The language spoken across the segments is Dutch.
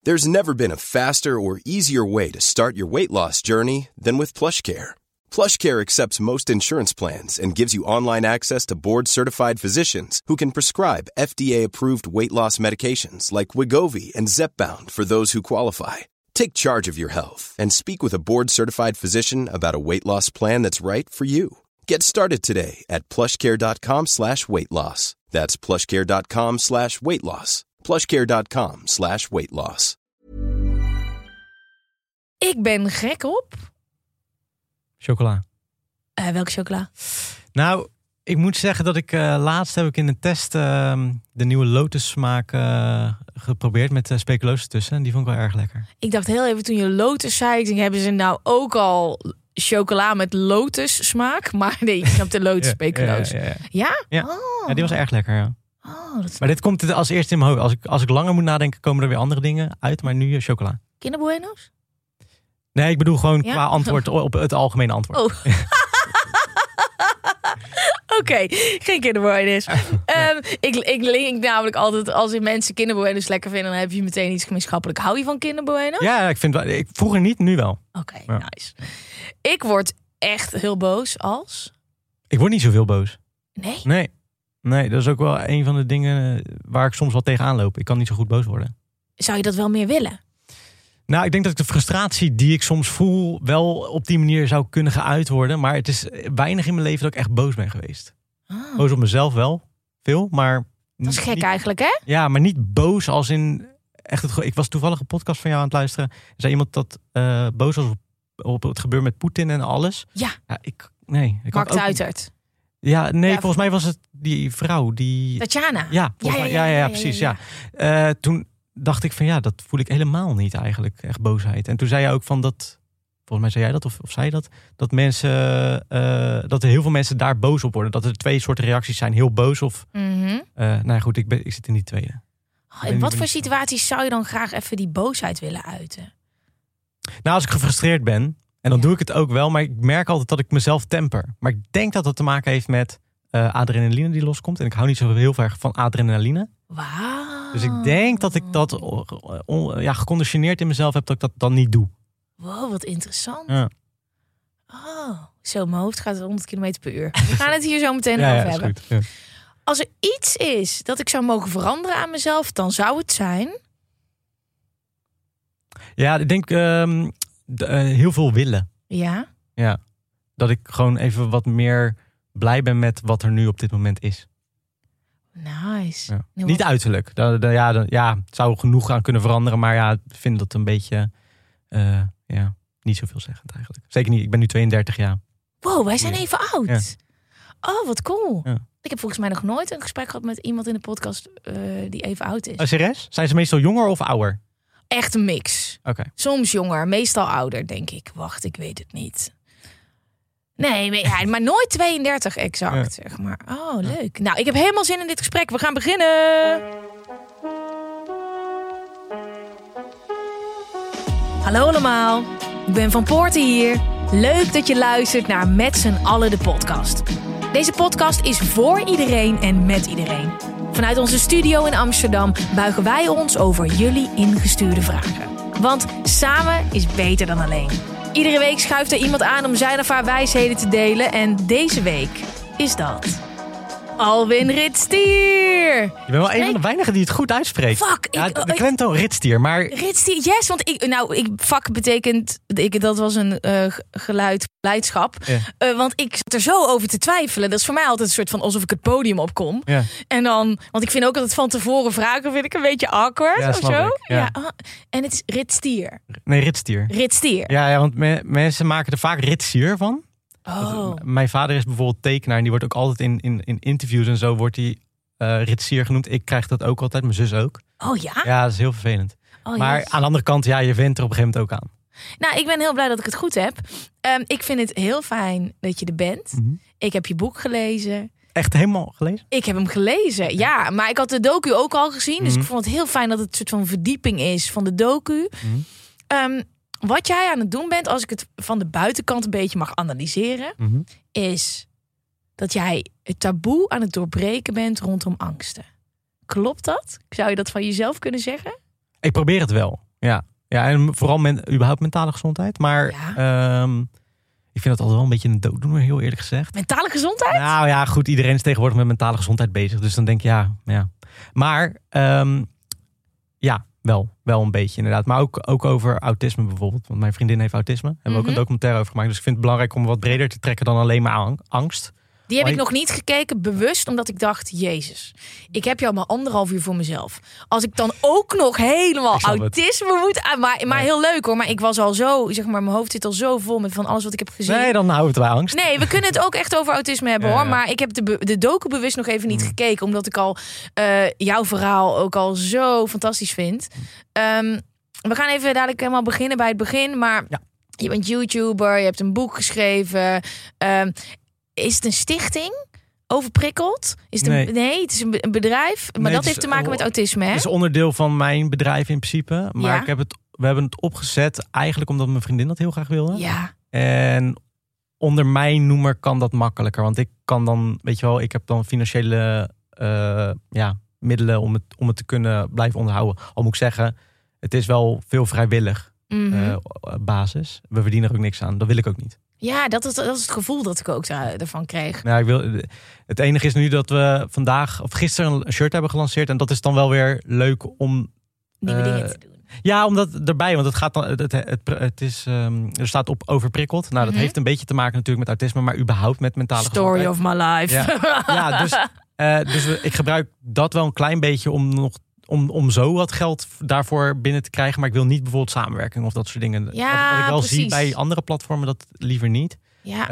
There's never been a faster or easier way to start your weight loss journey than with PlushCare. PlushCare accepts most insurance plans and gives you online access to board-certified physicians who can prescribe FDA-approved weight loss medications like Wegovy and Zepbound for those who qualify. Take charge of your health and speak with a board-certified physician about a weight loss plan that's right for you. Get started today at plushcare.com/weightloss. That's plushcare.com/weightloss. plushcare.com/weightloss. Ik ben gek op... Chocola. Welke chocola? Nou, ik moet zeggen dat ik laatst heb ik in een test de nieuwe Lotus smaak geprobeerd met speculoos tussen. En die vond ik wel erg lekker. Ik dacht heel even toen je Lotus zei, ik denk, hebben ze nou ook al chocola met Lotus smaak? Maar nee, je snapt de Lotus speculoos. Ja? Ja? Oh. Ja, die was erg lekker, ja. Oh, dat... Maar dit komt als eerste in mijn hoofd. Als ik langer moet nadenken, komen er weer andere dingen uit. Maar nu chocola. Kinder Bueno's? Nee, ik bedoel gewoon qua antwoord op het algemene antwoord. Oh. Oké, geen Kinder Bueno's. Ik link namelijk altijd, als mensen Kinder Bueno's lekker vinden, dan heb je meteen iets gemeenschappelijk. Hou je van Kinder Bueno's? Ja, ik vroeger niet, nu wel. Oké, nice. Ik word echt heel boos als... Ik word niet zoveel boos. Nee? Nee, dat is ook wel een van de dingen waar ik soms wel tegenaan loop. Ik kan niet zo goed boos worden. Zou je dat wel meer willen? Nou, ik denk dat ik de frustratie die ik soms voel wel op die manier zou kunnen geuit worden. Maar het is weinig in mijn leven dat ik echt boos ben geweest. Oh. Boos op mezelf wel, veel, maar... Dat is gek eigenlijk, hè? Ja, maar niet boos als in... echt ik was toevallig een podcast van jou aan het luisteren. Er zei iemand dat boos was op het gebeuren met Poetin en alles. Ja. Mark Tuitert. Ja, nee, volgens mij was het die vrouw die... Tatjana. Ja, precies. Ja. Toen dacht ik van dat voel ik helemaal niet eigenlijk, echt boosheid. En toen zei je ook van dat, volgens mij zei jij dat of zei je dat mensen, dat er heel veel mensen daar boos op worden. Dat er 2 soorten reacties zijn, heel boos of, nou goed, ik zit in die tweede. In wat voor situaties zou je dan graag even die boosheid willen uiten? Nou, als ik gefrustreerd ben, en dan doe ik het ook wel, maar ik merk altijd dat ik mezelf temper. Maar ik denk dat het te maken heeft met adrenaline die loskomt. En ik hou niet zo heel erg van adrenaline. Wauw. Dus ik denk dat ik dat geconditioneerd in mezelf heb dat ik dat dan niet doe. Wow, wat interessant. Ja. Oh, zo mijn hoofd gaat 100 km per uur. We gaan het hier zo meteen over hebben. Goed, ja. Als er iets is dat ik zou mogen veranderen aan mezelf, dan zou het zijn... Ja, ik denk heel veel willen. Ja? Ja, dat ik gewoon even wat meer blij ben met wat er nu op dit moment is. Nice. Ja. Niet uiterlijk. Het zou genoeg aan kunnen veranderen. Maar ik vind dat een beetje niet zoveel zeggend eigenlijk. Zeker niet, ik ben nu 32 jaar. Wow, wij zijn even oud. Ja. Oh, wat cool. Ja. Ik heb volgens mij nog nooit een gesprek gehad met iemand in de podcast die even oud is. Serieus? Zijn ze meestal jonger of ouder? Echt een mix. Oké. Soms jonger, meestal ouder, denk ik. Wacht, ik weet het niet. Nee, maar nooit 32 exact, zeg maar. Oh, leuk. Nou, ik heb helemaal zin in dit gesprek. We gaan beginnen. Hallo allemaal. Ik ben Van Poorten hier. Leuk dat je luistert naar Met z'n allen de podcast. Deze podcast is voor iedereen en met iedereen. Vanuit onze studio in Amsterdam buigen wij ons over jullie ingestuurde vragen. Want samen is beter dan alleen. Iedere week schuift er iemand aan om zijn of haar wijsheden te delen. En deze week is dat Alwin Ritstier. Je bent wel een van de weinigen die het goed uitspreekt. Fuck. De klemtoon Ritstier, maar... Ritstier, yes. Want vak betekent... Dat was een geluid, blijdschap. Ja. Want ik zat er zo over te twijfelen. Dat is voor mij altijd een soort van alsof ik het podium opkom. Ja. En dan... Want ik vind ook dat het van tevoren vragen vind ik een beetje awkward of zo. Ja. En het is Ritstier. Nee, Ritstier. Ritstier. Ja, want mensen maken er vaak Ritstier van. Oh. Mijn vader is bijvoorbeeld tekenaar en die wordt ook altijd in interviews en zo wordt hij Ritstier genoemd. Ik krijg dat ook altijd, mijn zus ook. Oh ja? Ja, dat is heel vervelend. Oh, maar yes. aan de andere kant, je went er op een gegeven moment ook aan. Nou, ik ben heel blij dat ik het goed heb. Ik vind het heel fijn dat je er bent. Mm-hmm. Ik heb je boek gelezen. Echt helemaal gelezen? Ik heb hem gelezen, ja. Maar ik had de docu ook al gezien. Dus ik vond het heel fijn dat het een soort van verdieping is van de docu. Wat jij aan het doen bent, als ik het van de buitenkant een beetje mag analyseren, is dat jij het taboe aan het doorbreken bent rondom angsten. Klopt dat? Zou je dat van jezelf kunnen zeggen? Ik probeer het wel. Ja, en vooral überhaupt mentale gezondheid. Maar ik vind dat altijd wel een beetje een dooddoener, heel eerlijk gezegd. Mentale gezondheid? Nou ja, goed. Iedereen is tegenwoordig met mentale gezondheid bezig. Dus dan denk je, ja. Maar wel een beetje inderdaad. Maar ook over autisme bijvoorbeeld. Want mijn vriendin heeft autisme. Hebben we ook een documentaire over gemaakt. Dus ik vind het belangrijk om wat breder te trekken dan alleen maar angst. Die heb ik nog niet gekeken, bewust, omdat ik dacht, Jezus, ik heb jou maar 1,5 uur voor mezelf. Als ik dan ook nog helemaal autisme moet... Maar heel leuk hoor, maar ik was al zo, zeg maar, mijn hoofd zit al zo vol met van alles wat ik heb gezien. Nee, dan houden we het bij angst. Nee, we kunnen het ook echt over autisme hebben hoor. Maar ik heb de docu bewust nog even niet gekeken, omdat ik al jouw verhaal ook al zo fantastisch vind. We gaan even dadelijk helemaal beginnen bij het begin, maar je bent YouTuber, je hebt een boek geschreven... Is het een stichting? Overprikkeld? Nee, het is een bedrijf. Maar dat heeft te maken met autisme, hè? Het is onderdeel van mijn bedrijf in principe. Maar we hebben het opgezet eigenlijk omdat mijn vriendin dat heel graag wilde. Ja. En onder mijn noemer kan dat makkelijker. Want ik kan dan, weet je wel, ik heb dan financiële middelen om het te kunnen blijven onderhouden. Al moet ik zeggen, het is wel veel vrijwillig basis. We verdienen er ook niks aan. Dat wil ik ook niet. Ja, dat is het gevoel dat ik ook ervan kreeg. Nou, het enige is nu dat we gisteren een shirt hebben gelanceerd. En dat is dan wel weer leuk om... Nieuwe dingen te doen. Ja, omdat erbij. Want het gaat dan, het is, er staat op overprikkeld. Nou, dat heeft een beetje te maken natuurlijk met autisme. Maar überhaupt met mentale gezondheid. Story of my life. Dus ik gebruik dat wel een klein beetje om zo wat geld daarvoor binnen te krijgen. Maar ik wil niet bijvoorbeeld samenwerking of dat soort dingen. Ja, wat ik wel precies. zie bij andere platformen, dat liever niet. Ja.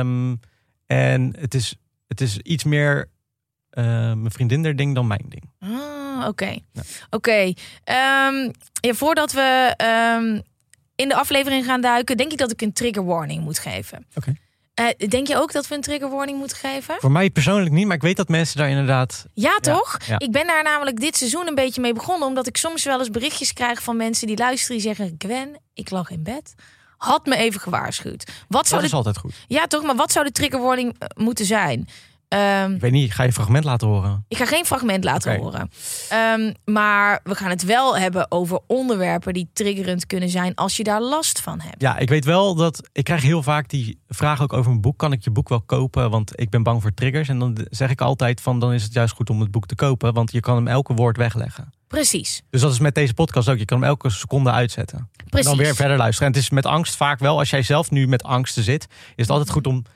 En het is iets meer mijn vriendin der ding dan mijn ding. Oké. Ja. Oké. Voordat we in de aflevering gaan duiken, denk ik dat ik een trigger warning moet geven. Oké. Denk je ook dat we een trigger warning moeten geven? Voor mij persoonlijk niet, maar ik weet dat mensen daar inderdaad... Ja, toch? Ja. Ik ben daar namelijk dit seizoen een beetje mee begonnen, omdat ik soms wel eens berichtjes krijg van mensen die luisteren die zeggen: Gwen, ik lag in bed. Had me even gewaarschuwd. Dat is altijd goed. Ja, toch? Maar wat zou de trigger warning moeten zijn? Ik weet niet, ga je een fragment laten horen? Ik ga geen fragment laten horen. Maar we gaan het wel hebben over onderwerpen die triggerend kunnen zijn als je daar last van hebt. Ja, ik weet wel dat... Ik krijg heel vaak die vraag ook over mijn boek. Kan ik je boek wel kopen? Want ik ben bang voor triggers. En dan zeg ik altijd van, dan is het juist goed om het boek te kopen. Want je kan hem elke woord wegleggen. Precies. Dus dat is met deze podcast ook. Je kan hem elke seconde uitzetten. Precies. En dan weer verder luisteren. En het is met angst vaak wel, als jij zelf nu met angsten zit, is het altijd goed om...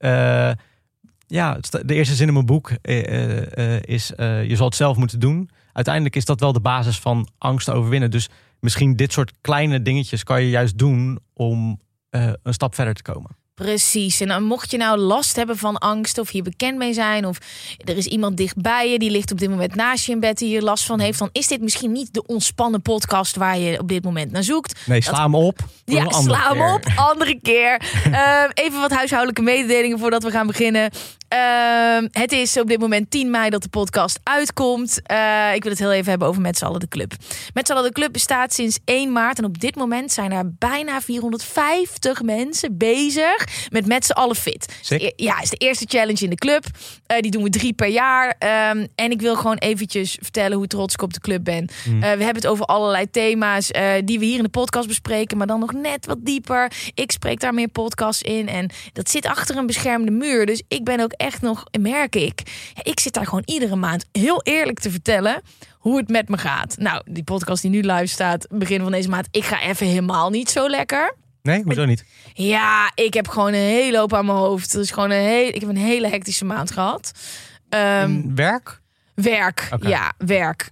de eerste zin in mijn boek is... je zal het zelf moeten doen. Uiteindelijk is dat wel de basis van angst te overwinnen. Dus misschien dit soort kleine dingetjes kan je juist doen om een stap verder te komen. Precies. En dan mocht je nou last hebben van angst of hier bekend mee zijn of er is iemand dichtbij je die ligt op dit moment naast je in bed die hier last van heeft, dan is dit misschien niet de ontspannen podcast waar je op dit moment naar zoekt. Nee, sla hem op. Ja, sla hem op. Andere keer. Even wat huishoudelijke mededelingen voordat we gaan beginnen. Het is op dit moment 10 mei dat de podcast uitkomt. Ik wil het heel even hebben over Met z'n allen de club. Met z'n allen de club bestaat sinds 1 maart. En op dit moment zijn er bijna 450 mensen bezig met z'n allen fit. Ja, is de eerste challenge in de club. Die doen we 3 per jaar. En ik wil gewoon eventjes vertellen hoe trots ik op de club ben. We hebben het over allerlei thema's die we hier in de podcast bespreken. Maar dan nog net wat dieper. Ik spreek daar meer podcasts in. En dat zit achter een beschermde muur. Dus ik ben ook echt nog, merk ik. Ja, ik zit daar gewoon iedere maand heel eerlijk te vertellen hoe het met me gaat. Nou, die podcast die nu live staat, begin van deze maand, ik ga even helemaal niet zo lekker. Nee, hoezo niet? Ja, ik heb gewoon een hele hoop aan mijn hoofd. Dus gewoon ik heb een hele hectische maand gehad. Werk? Werk, okay. Ja, werk.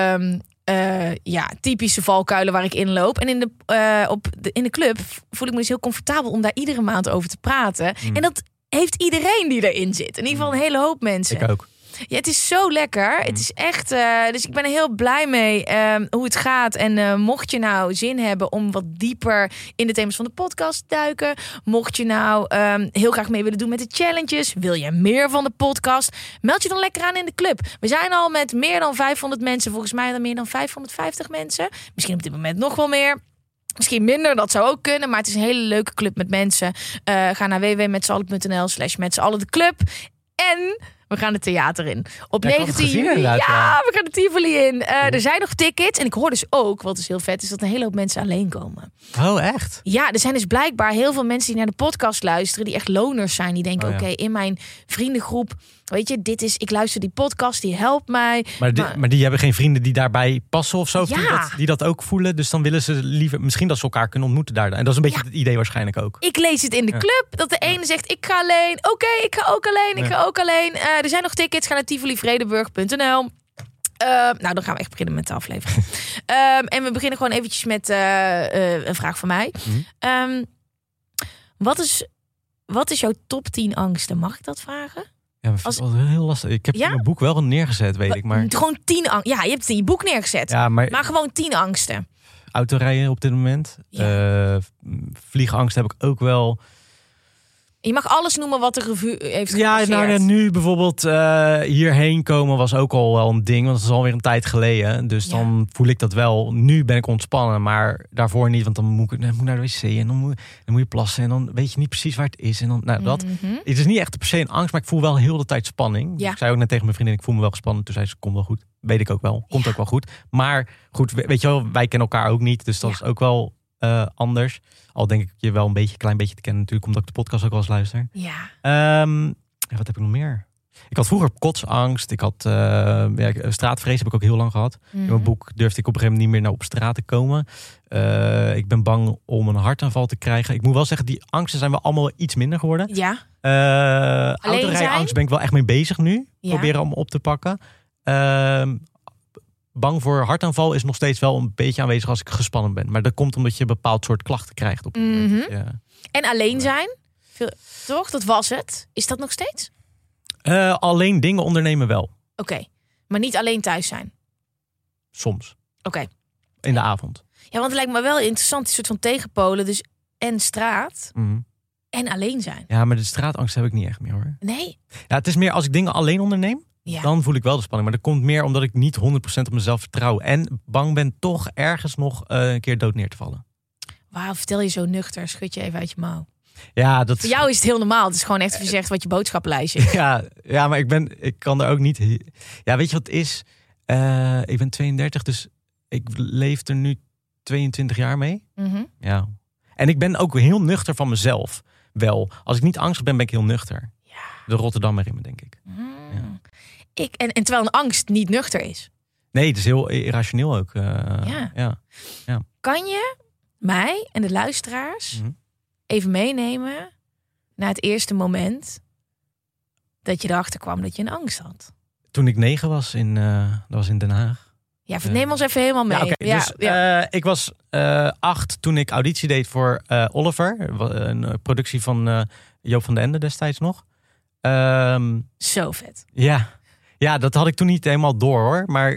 Typische valkuilen waar ik in loop. En in de club voel ik me dus heel comfortabel om daar iedere maand over te praten. En dat heeft iedereen die erin zit. In ieder geval een hele hoop mensen. Ik ook. Ja, het is zo lekker. Het is echt... dus ik ben er heel blij mee hoe het gaat. En mocht je nou zin hebben om wat dieper in de thema's van de podcast te duiken. Mocht je nou heel graag mee willen doen met de challenges. Wil je meer van de podcast? Meld je dan lekker aan in de club. We zijn al met meer dan 500 mensen. Volgens mij dan meer dan 550 mensen. Misschien op dit moment nog wel meer. Misschien minder, dat zou ook kunnen. Maar het is een hele leuke club met mensen. Ga naar www.metzallen.nl/metzallen de club. En We gaan het theater in. Op Ja, ik had 19 het gezien juli. inderdaad, ja. We gaan de Tivoli in. Er zijn nog tickets. En ik hoor dus ook, wat dus heel vet is, dat een hele hoop mensen alleen komen. Oh, echt? Ja, er zijn dus blijkbaar heel veel mensen die naar de podcast luisteren, die echt loners zijn. Die denken, Oh, ja. oké, in mijn vriendengroep, weet je, ik luister die podcast, die helpt mij. Maar die hebben geen vrienden die daarbij passen of zo? Of Ja. die dat ook voelen? Dus dan willen ze liever, misschien dat ze elkaar kunnen ontmoeten daar. En dat is een beetje het idee waarschijnlijk ook. Ik lees het in de club, dat de ene zegt, ik ga alleen. Oké, ik ga ook alleen, ik ga ook alleen. Er zijn nog tickets, ga naar tivolivredenburg.nl. Nou, dan gaan we echt beginnen met de aflevering. En we beginnen gewoon eventjes met een vraag van mij. Wat is jouw top 10 angsten? Mag ik dat vragen? Ja, maar vind ik wel heel lastig. Ik heb het in mijn boek wel neergezet, weet ik. Maar Gewoon 10 angsten. Ja, je hebt het in je boek neergezet. ja, maar gewoon 10 angsten. autorijden op dit moment. Vliegangst heb ik ook wel. Je mag alles noemen wat de revue heeft Ja, gepasseerd. nou nu bijvoorbeeld hierheen komen was ook al wel een ding. Want het is alweer een tijd geleden. Dus dan voel ik dat wel. Nu ben ik ontspannen, maar daarvoor niet. Want dan moet ik naar de wc en dan moet je plassen. En dan weet je niet precies waar het is. En dan, dat. Het is niet echt per se een angst, maar ik voel wel heel de tijd spanning. Ja. Ik zei ook net tegen mijn vriendin, ik voel me wel gespannen. Toen zei ze, komt wel goed. Weet ik ook wel. Komt ook wel goed. Maar goed, weet je wel, wij kennen elkaar ook niet. Dus dat is ook wel anders. Al denk ik je wel een klein beetje te kennen natuurlijk, omdat ik de podcast ook wel eens luister. Ja. Wat heb ik nog meer? Ik had vroeger kotsangst. Ik had straatvrees heb ik ook heel lang gehad. In mijn boek durfde ik op een gegeven moment niet meer naar op straat te komen. Ik ben bang om een hartaanval te krijgen. Ik moet wel zeggen, die angsten zijn wel allemaal iets minder geworden. Ja. Autorijangst ben ik wel echt mee bezig nu. Ja. Proberen om op te pakken. Bang voor hartaanval is nog steeds wel een beetje aanwezig als ik gespannen ben. Maar dat komt omdat je een bepaald soort klachten krijgt. Op het moment. En alleen zijn? Toch? Dat was het. Is dat nog steeds? Alleen dingen ondernemen wel. Oké. Maar niet alleen thuis zijn? Soms. Oké. In de avond. Ja, want het lijkt me wel interessant, die soort van tegenpolen. Dus en straat en alleen zijn. Ja, maar de straatangst heb ik niet echt meer hoor. Nee? Ja, het is meer als ik dingen alleen onderneem. Ja. Dan voel ik wel de spanning. Maar dat komt meer omdat ik niet 100% op mezelf vertrouw. En bang ben toch ergens nog een keer dood neer te vallen. Wauw, vertel je zo nuchter. Schud je even uit je mouw. Ja, dat voor jou is het heel normaal. Het is gewoon echt, je zegt wat je boodschappenlijstje is. Ja, maar ik kan er ook niet... Ja, weet je wat het is? Ik ben 32, dus ik leef er nu 22 jaar mee. Ja. En ik ben ook heel nuchter van mezelf. Wel. Als ik niet angstig ben, ben ik heel nuchter. Ja. De Rotterdammer in me, denk ik. Ja. En terwijl een angst niet nuchter is. Nee, het is heel irrationeel ook. Ja. Kan je mij en de luisteraars even meenemen naar het eerste moment dat je erachter kwam dat je een angst had? Toen ik 9 was, dat was in Den Haag. Ja, neem ons even helemaal mee. Ik was 8 toen ik auditie deed voor Oliver. Een productie van Joop van den Ende destijds nog. Zo vet. Ja, dat had ik toen niet helemaal door hoor. Maar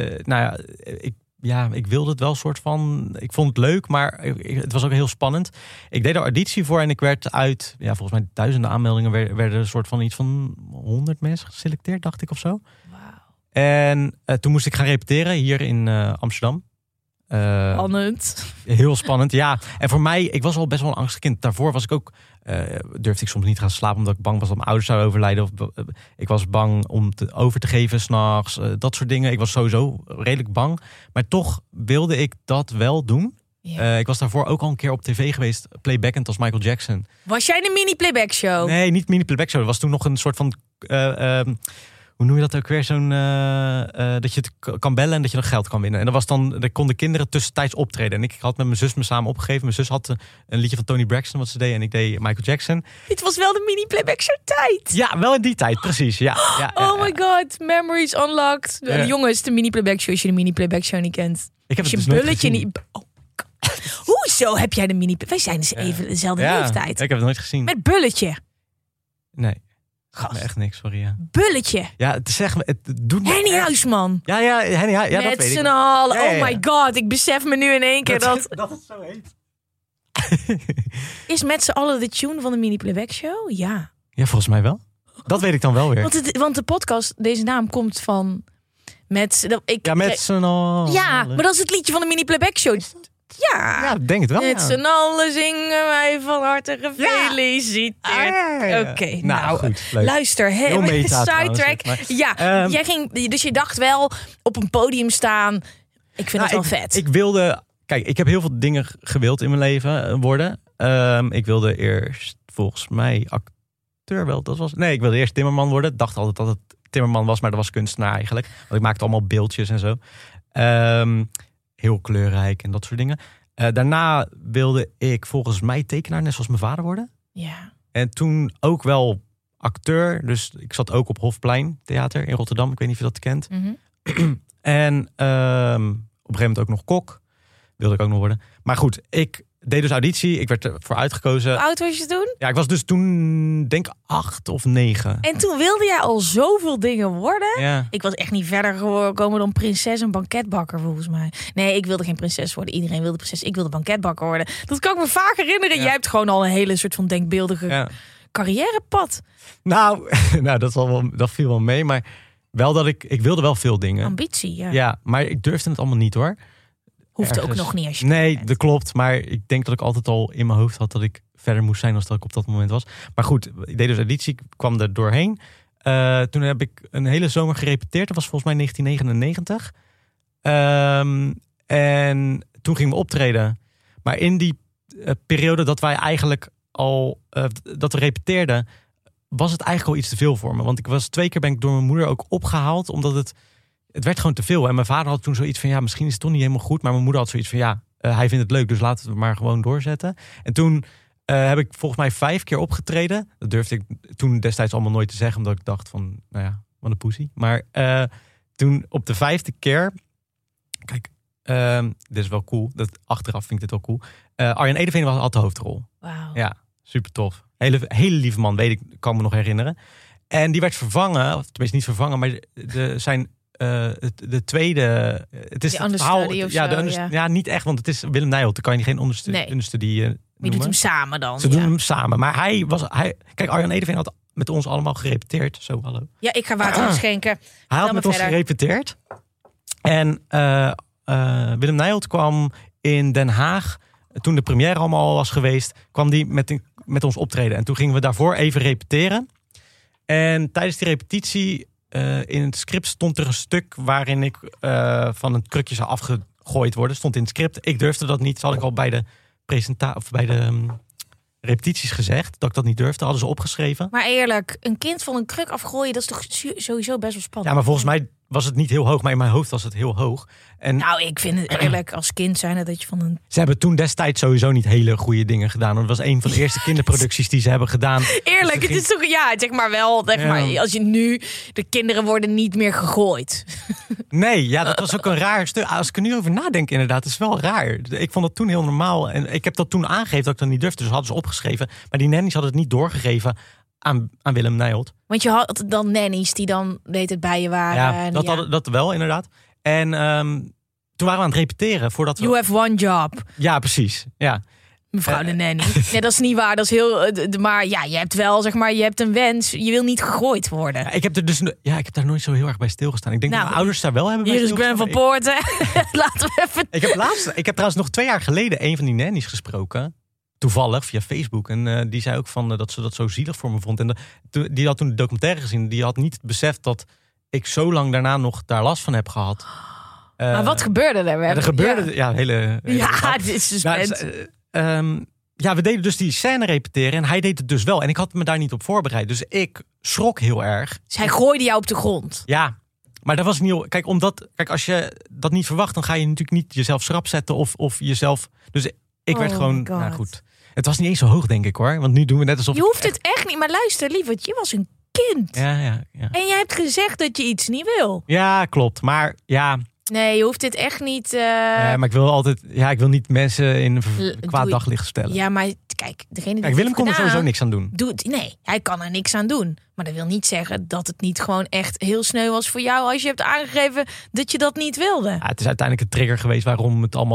ik wilde het wel soort van... Ik vond het leuk, maar het was ook heel spannend. Ik deed er auditie voor en ik werd uit... Ja, volgens mij duizenden aanmeldingen werden een soort van iets van 100 mensen geselecteerd, dacht ik of zo. En toen moest ik gaan repeteren hier in Amsterdam. Spannend. Heel spannend, ja. En voor mij, ik was al best wel een angstig kind. Daarvoor was ik ook, durfde ik soms niet gaan slapen omdat ik bang was dat mijn ouders zouden overlijden. Of ik was bang om over te geven 's nachts. Dat soort dingen. Ik was sowieso redelijk bang. Maar toch wilde ik dat wel doen. Ja. Ik was daarvoor ook al een keer op tv geweest, playbackend als Michael Jackson. Was jij in een mini-playback show? Nee, niet mini-playback show. Er was toen nog een soort van... hoe noem je dat ook weer? Zo'n dat je het kan bellen en dat je dan geld kan winnen. En dat was dan, daar konden kinderen tussentijds optreden. En ik had met mijn zus me samen opgegeven. Mijn zus had een liedje van Tony Braxton wat ze deed en ik deed Michael Jackson. Dit was wel de mini-playback show tijd. Ja, wel in die tijd, precies. Ja, oh my god, memories unlocked. Jongens, de mini-playback show, als je de mini-playback show niet kent. Ik heb als het je dus bulletje nooit niet... Hoezo heb jij de mini-playback? Wij zijn dus even dezelfde leeftijd. Ik heb het nooit gezien. Met bulletje. Nee. Gast. Echt niks, sorry. Ja. Bulletje. Ja, het zeggen het doet Henny Huisman. Ja, Henny Huisman. Ja, met z'n allen. Oh my god, ik besef me nu in één keer dat het zo heet. Is met z'n allen de tune van de mini-playback show? Ja. Ja, volgens mij wel. Dat weet ik dan wel weer. Want de podcast, deze naam komt van... met z'n allen. Ja, maar dat is het liedje van de mini-playback show. Ja, ik denk het wel. Met z'n allen zingen wij van harte gefeliciteerd. Oké, nou goed, leuk. Luister, sidetrack. Jij ging, dus je dacht wel op een podium staan. Ik vind het wel vet. Ik wilde, kijk, ik heb heel veel dingen gewild in mijn leven worden. Ik wilde eerst volgens mij acteur wel. Ik wilde eerst timmerman worden. Ik dacht altijd dat het timmerman was, maar dat was kunstenaar eigenlijk. Want ik maakte allemaal beeldjes en zo. Heel kleurrijk en dat soort dingen. Daarna wilde ik volgens mij tekenaar, net zoals mijn vader worden. Ja. En toen ook wel acteur. Dus ik zat ook op Hofplein Theater in Rotterdam. Ik weet niet of je dat kent. Mm-hmm. En op een gegeven moment ook nog kok. Wilde ik ook nog worden. Maar goed, ik deed dus auditie. Ik werd ervoor uitgekozen. Hoe oud was je toen? Ja, ik was dus toen denk 8 of 9. En toen wilde jij al zoveel dingen worden? Ja. Ik was echt niet verder gekomen dan prinses en banketbakker volgens mij. Nee, ik wilde geen prinses worden. Iedereen wilde prinses. Ik wilde banketbakker worden. Dat kan ik me vaak herinneren. Ja. Jij hebt gewoon al een hele soort van denkbeeldige carrièrepad. Nou, dat viel wel mee. Maar wel dat ik wilde wel veel dingen. Ambitie, ja. Ja, maar ik durfde het allemaal niet hoor. Hoeft ook nog niet als je Nee, dat klopt. Maar ik denk dat ik altijd al in mijn hoofd had dat ik verder moest zijn dan dat ik op dat moment was. Maar goed, ik deed dus auditie, ik kwam er doorheen. Toen heb ik een hele zomer gerepeteerd. Dat was volgens mij 1999. En toen gingen we optreden. Maar in die periode dat wij eigenlijk al dat we repeteerden, was het eigenlijk al iets te veel voor me. Want 2 keer ben ik door mijn moeder ook opgehaald, omdat het werd gewoon te veel. En mijn vader had toen zoiets van, misschien is het toch niet helemaal goed. Maar mijn moeder had zoiets van, hij vindt het leuk, dus laten we het maar gewoon doorzetten. En toen heb ik volgens mij 5 keer opgetreden. Dat durfde ik toen destijds allemaal nooit te zeggen, omdat ik dacht van, wat een poesie. Maar toen op de 5e keer, kijk, dit is wel cool. Achteraf vind ik dit wel cool. Arjen Edeveen had de hoofdrol. Wauw. Ja, super tof. Hele lieve man, kan me nog herinneren. En die werd vervangen, of tenminste niet vervangen, maar de tweede. Het is het verhaal. Ja, niet echt, want het is Willem Nijholt. Dan kan je geen onderstudie noemen. Je doet hem samen dan. Ze doen hem samen. Maar kijk, Arjen Edeveen had met ons allemaal gerepeteerd. Zo, hallo. Ja, ik ga water schenken. Hij had met ons gerepeteerd. En Willem Nijholt kwam in Den Haag. Toen de première allemaal was geweest, kwam die met ons optreden. En toen gingen we daarvoor even repeteren. En tijdens die repetitie, in het script stond er een stuk waarin ik van een krukje zou afgegooid worden. Stond in het script. Ik durfde dat niet. Dat had ik al bij de repetities gezegd. Dat ik dat niet durfde. Hadden ze opgeschreven. Maar eerlijk, een kind van een kruk afgooien, dat is toch sowieso best wel spannend. Ja, maar volgens mij was het niet heel hoog. Maar in mijn hoofd was het heel hoog. En nou, ik vind het eerlijk als kind zijn dat je van een... Ze hebben toen destijds sowieso niet hele goede dingen gedaan. Het was een van de eerste kinderproducties die ze hebben gedaan. Eerlijk, dus het is toch, zeg maar wel, maar, als je nu, de kinderen worden niet meer gegooid. Nee, dat was ook een raar stuk. Als ik er nu over nadenk, inderdaad, het is wel raar. Ik vond het toen heel normaal. En ik heb dat toen aangegeven dat ik dat niet durfde. Dus hadden ze opgeschreven. Maar die nannies hadden het niet doorgegeven aan Willem Nijholt. Want je had dan nannies die dan het bij je waren. Ja, dat wel, inderdaad. En toen waren we aan het repeteren voordat we... You have one job. Ja, precies. Ja. Mevrouw de nanny. Ja, dat is niet waar. Dat is heel... Maar ja, je hebt wel, zeg maar, je hebt een wens. Je wil niet gegooid worden. Ja, ik heb daar nooit zo heel erg bij stilgestaan. Ik denk dat mijn ouders daar wel hebben bij stilgestaan. Hier is Gwen van Poorten. Laten we even... Ik heb trouwens nog 2 jaar geleden een van die nannies gesproken. Toevallig, via Facebook. En die zei ook dat ze dat zo zielig voor me vond. En die had toen de documentaire gezien. Die had niet beseft dat ik zo lang daarna nog daar last van heb gehad. Maar wat gebeurde er? Er gebeurde hele het is suspense. We deden dus die scène repeteren. En hij deed het dus wel. En ik had me daar niet op voorbereid. Dus ik schrok heel erg. Dus hij gooide jou op de grond? Ja. Maar dat was niet... Kijk, als je dat niet verwacht, dan ga je natuurlijk niet jezelf schrap zetten of jezelf... Dus ik werd gewoon... Nou goed. Het was niet eens zo hoog, denk ik, hoor. Want nu doen we net alsof... Je hoeft het echt niet. Maar luister, lieverd, je was een kind. Ja. En jij hebt gezegd dat je iets niet wil. Ja, klopt. Maar ja... Nee, je hoeft dit echt niet... Ja, maar ik wil altijd... Ja, ik wil niet mensen in een kwaad daglicht stellen. Ja, maar kijk, degene die... Kijk, Willem kon er sowieso niks aan doen. Nee, hij kan er niks aan doen. Maar dat wil niet zeggen dat het niet gewoon echt heel sneu was voor jou als je hebt aangegeven dat je dat niet wilde. Ja, het is uiteindelijk een trigger geweest waarom het allemaal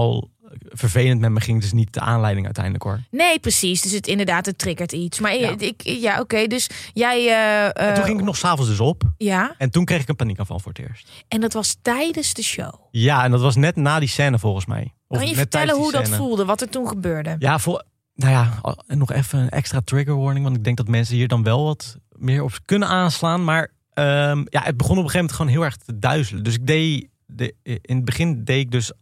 vervelend met me ging. Dus niet de aanleiding uiteindelijk hoor. Nee, precies. Dus het triggert iets. Maar oké. Dus jij... En toen ging ik nog 's avonds dus op. Ja. En toen kreeg ik een paniekaanval voor het eerst. En dat was tijdens de show? Ja, en dat was net na die scène volgens mij. Kan je vertellen hoe dat voelde? Wat er toen gebeurde? Ja, nog even een extra trigger warning. Want ik denk dat mensen hier dan wel wat meer op kunnen aanslaan. Maar het begon op een gegeven moment gewoon heel erg te duizelen. Dus ik deed... in het begin deed ik dus...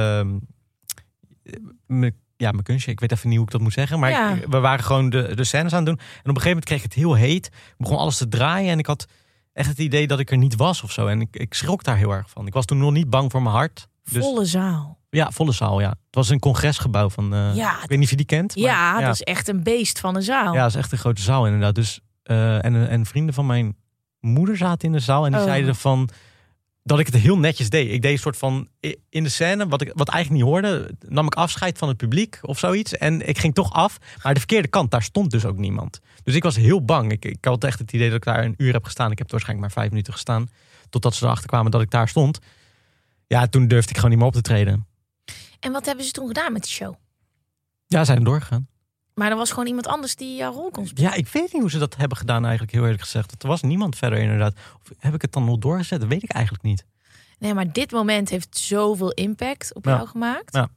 mijn kunstje. Ik weet even niet hoe ik dat moet zeggen. Maar we waren gewoon de scènes aan het doen. En op een gegeven moment kreeg ik het heel heet. Ik begon alles te draaien. En ik had echt het idee dat ik er niet was of zo. En ik schrok daar heel erg van. Ik was toen nog niet bang voor mijn hart. Volle zaal. Ja, volle zaal, ja. Het was een congresgebouw van... ik weet niet of je die kent. Maar, dat is echt een beest van een zaal. Ja, dat is echt een grote zaal inderdaad. Dus, en vrienden van mijn moeder zaten in de zaal. En die zeiden van... dat ik het heel netjes deed. Ik deed een soort van... in de scène, wat eigenlijk niet hoorde... nam ik afscheid van het publiek of zoiets. En ik ging toch af. Maar de verkeerde kant, daar stond dus ook niemand. Dus ik was heel bang. Ik had echt het idee dat ik daar een uur heb gestaan. Ik heb waarschijnlijk maar 5 minuten gestaan. Totdat ze erachter kwamen dat ik daar stond. Ja, toen durfde ik gewoon niet meer op te treden. En wat hebben ze toen gedaan met de show? Ja, zijn er doorgegaan. Maar er was gewoon iemand anders die jouw rol kon spelen. Ja, ik weet niet hoe ze dat hebben gedaan eigenlijk, heel eerlijk gezegd. Er was niemand verder inderdaad. Of heb ik het dan nog doorgezet? Dat weet ik eigenlijk niet. Nee, maar dit moment heeft zoveel impact op jou gemaakt. Ja.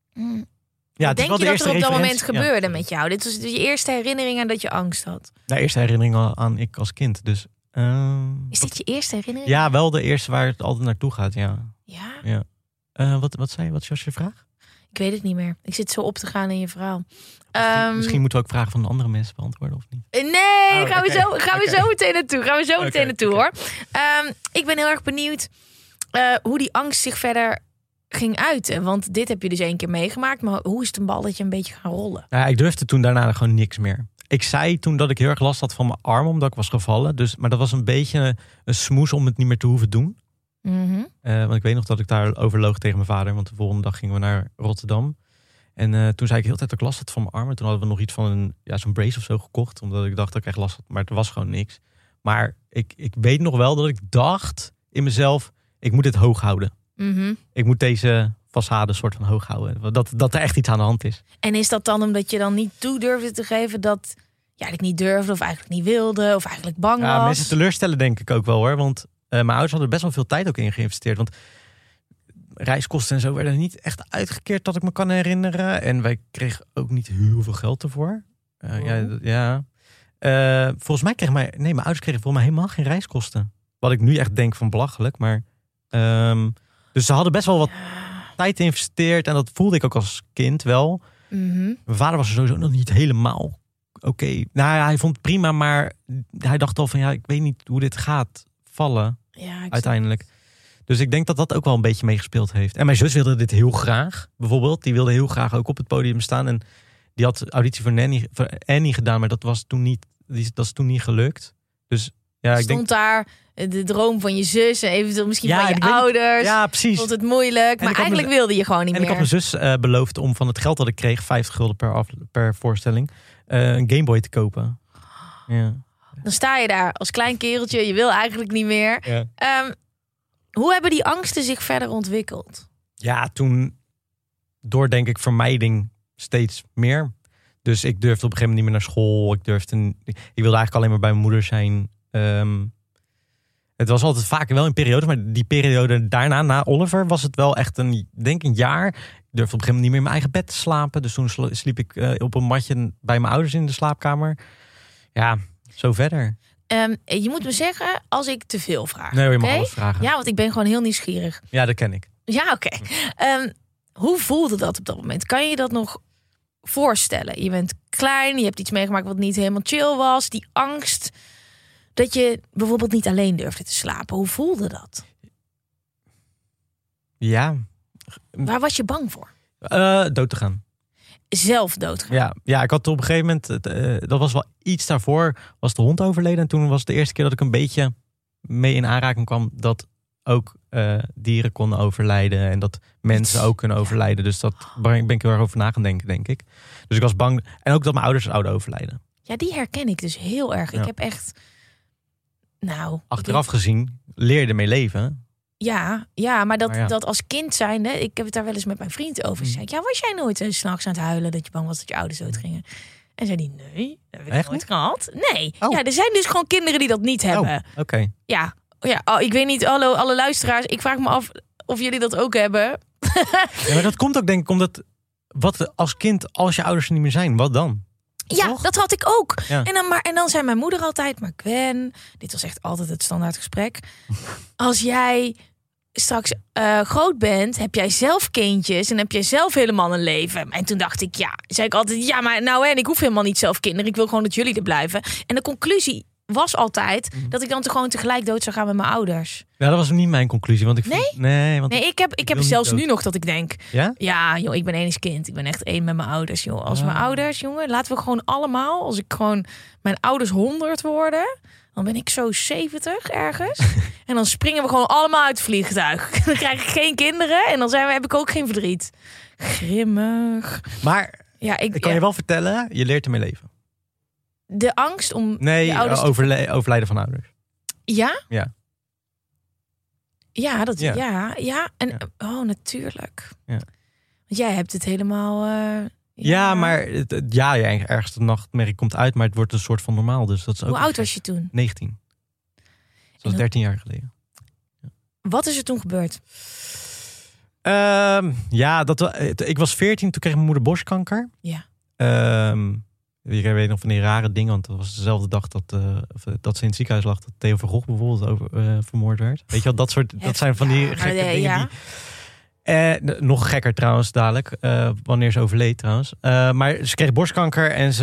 Ja, denk je dat er op dat moment gebeurde met jou? Dit was je eerste herinnering aan dat je angst had? De eerste herinnering aan ik als kind. Dus, is dit je eerste herinnering? Ja, wel de eerste waar het altijd naartoe gaat, ja. Ja? Wat zei je? Wat was je vraag? Ik weet het niet meer. Ik zit zo op te gaan in je verhaal. Misschien moeten we ook vragen van andere mensen beantwoorden of niet? Nee, gaan we zo meteen naartoe. Hoor. Ik ben heel erg benieuwd hoe die angst zich verder ging uiten. Want dit heb je dus 1 keer meegemaakt. Maar hoe is het een balletje een beetje gaan rollen? Ja, ik durfde toen daarna gewoon niks meer. Ik zei toen dat ik heel erg last had van mijn arm omdat ik was gevallen. Maar dat was een beetje een smoes om het niet meer te hoeven doen. Mm-hmm. Want ik weet nog dat ik daar overloog tegen mijn vader. Want de volgende dag gingen we naar Rotterdam. En toen zei ik heel tijd dat ik last had van mijn arm. En toen hadden we nog iets van zo'n brace of zo gekocht. Omdat ik dacht dat ik echt last had. Maar er was gewoon niks. Maar ik weet nog wel dat ik dacht in mezelf... ik moet dit hoog houden. Mm-hmm. Ik moet deze façade soort van hoog houden. Dat er echt iets aan de hand is. En is dat dan omdat je dan niet toe durfde te geven dat je eigenlijk niet durfde... of eigenlijk niet wilde of eigenlijk bang was? Ja, mensen teleurstellen denk ik ook wel hoor. Want mijn ouders hadden best wel veel tijd ook in geïnvesteerd. Want reiskosten en zo werden niet echt uitgekeerd dat ik me kan herinneren. En wij kregen ook niet heel veel geld ervoor. Volgens mij kregen mijn ouders kregen volgens mij helemaal geen reiskosten. Wat ik nu echt denk van belachelijk. Maar, dus ze hadden best wel wat tijd geïnvesteerd. En dat voelde ik ook als kind wel. Mm-hmm. Mijn vader was er sowieso nog niet helemaal oké. Nou ja, hij vond het prima. Maar hij dacht al van ik weet niet hoe dit gaat vallen. Ja, uiteindelijk. Dus ik denk dat dat ook wel een beetje meegespeeld heeft. En mijn zus wilde dit heel graag, bijvoorbeeld. Die wilde heel graag ook op het podium staan. En die had auditie voor Annie gedaan, maar dat was toen niet, dat is toen niet gelukt. Dus ja, ik denk daar de droom van je zus en eventueel misschien van je ouders. Ja, precies. Vond het moeilijk, maar eigenlijk wilde je gewoon niet meer. En ik had mijn zus beloofd om van het geld dat ik kreeg, 50 gulden per voorstelling, een Gameboy te kopen. Ja. Dan sta je daar als klein kereltje, je wil eigenlijk niet meer. Ja. Hoe hebben die angsten zich verder ontwikkeld? Ja, toen door denk ik vermijding steeds meer. Dus ik durfde op een gegeven moment niet meer naar school. Ik wilde eigenlijk alleen maar bij mijn moeder zijn. Het was altijd vaker wel in periodes, maar die periode daarna, na Oliver, was het wel echt een jaar. Ik durfde op een gegeven moment niet meer in mijn eigen bed te slapen. Dus toen sliep ik op een matje bij mijn ouders in de slaapkamer. Ja, zo verder. Je moet me zeggen als ik te veel vraag. Nee, je mag alles vragen. Ja, want ik ben gewoon heel nieuwsgierig. Ja, dat ken ik. Ja, oké. Hoe voelde dat op dat moment? Kan je dat nog voorstellen? Je bent klein, je hebt iets meegemaakt wat niet helemaal chill was. Die angst dat je bijvoorbeeld niet alleen durfde te slapen. Hoe voelde dat? Ja. Waar was je bang voor? Dood te gaan. Zelf doodgaan? Ja, ik had op een gegeven moment, dat was wel iets daarvoor, was de hond overleden. En toen was het de eerste keer dat ik een beetje mee in aanraking kwam dat ook dieren konden overlijden. En dat mensen ook kunnen overlijden. Dus dat ben ik heel erg over na gaan denken, denk ik. Dus ik was bang. En ook dat mijn ouders zouden overlijden. Ja, die herken ik dus heel erg. Ja. Ik heb echt... Achteraf gezien leerde mee leven. Ja, maar dat als kind zijnde... Ik heb het daar wel eens met mijn vriend over. Zei ik, was jij nooit 's nachts aan het huilen... dat je bang was dat je ouders doodgingen? En zei hij, nee, dat heb ik nooit gehad. Nee, ja, er zijn dus gewoon kinderen die dat niet hebben. Oké. Ja, ik weet niet, alle luisteraars... Ik vraag me af of jullie dat ook hebben. Ja, maar dat komt ook denk ik omdat... Wat als kind, als je ouders er niet meer zijn, wat dan? Ja, toch? Dat had ik ook. Ja. En dan zei mijn moeder altijd... Maar Gwen, dit was echt altijd het standaard gesprek. Als jij straks groot bent, heb jij zelf kindjes... en heb jij zelf helemaal een leven. En toen dacht ik, zei ik altijd... maar nou ik hoef helemaal niet zelf kinderen. Ik wil gewoon dat jullie er blijven. En de conclusie was altijd... dat ik dan gewoon tegelijk dood zou gaan met mijn ouders. Ja, dat was niet mijn conclusie. Want ik ik heb zelfs nu nog dat ik denk... Ja? Ja, joh, ik ben enigskind. Ik ben echt één met mijn ouders, joh. Als mijn ouders, jongen, laten we gewoon allemaal... Als ik gewoon mijn ouders 100 worden... dan ben ik zo 70 ergens. En dan springen we gewoon allemaal uit het vliegtuig. Dan krijg ik geen kinderen en dan heb ik ook geen verdriet. Grimmig. Maar ik kan je wel vertellen, je leert ermee leven. De angst om je ouders overlijden van ouders. Ja? Ja. Ja, En natuurlijk. Ja. Want jij hebt het helemaal... maar ergens de nachtmerrie komt uit, maar het wordt een soort van normaal. Dus dat is ook. Hoe oud was je toen? 19. Dat was 13 jaar geleden. Ja. Wat is er toen gebeurd? Ik was 14, toen kreeg mijn moeder borstkanker. Ja. Ik weet nog van die rare dingen, want dat was dezelfde dag dat ze in het ziekenhuis lag, dat Theo van Gogh bijvoorbeeld vermoord werd. Weet je wel, dat zijn van die gekke dingen die... nog gekker trouwens dadelijk, wanneer ze overleed trouwens. Maar ze kreeg borstkanker en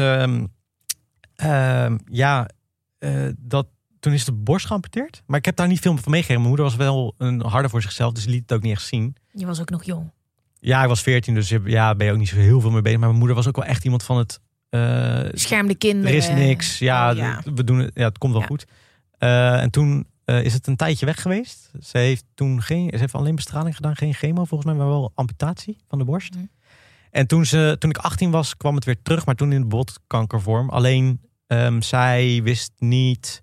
toen is de borst geamputeerd. Maar ik heb daar niet veel van meegegeven. Mijn moeder was wel een harde voor zichzelf, dus ze liet het ook niet echt zien. Je was ook nog jong. Ja, ik was 14, dus ben je ook niet zo heel veel mee bezig. Maar mijn moeder was ook wel echt iemand van het... Scherm de kinderen. Er is niks. We doen het. Ja, het komt wel goed. En toen is het een tijdje weg geweest. Ze heeft alleen bestraling gedaan, geen chemo volgens mij, maar wel amputatie van de borst. Mm. En toen ik 18 was, kwam het weer terug, maar toen in de botkankervorm. Alleen zij wist niet.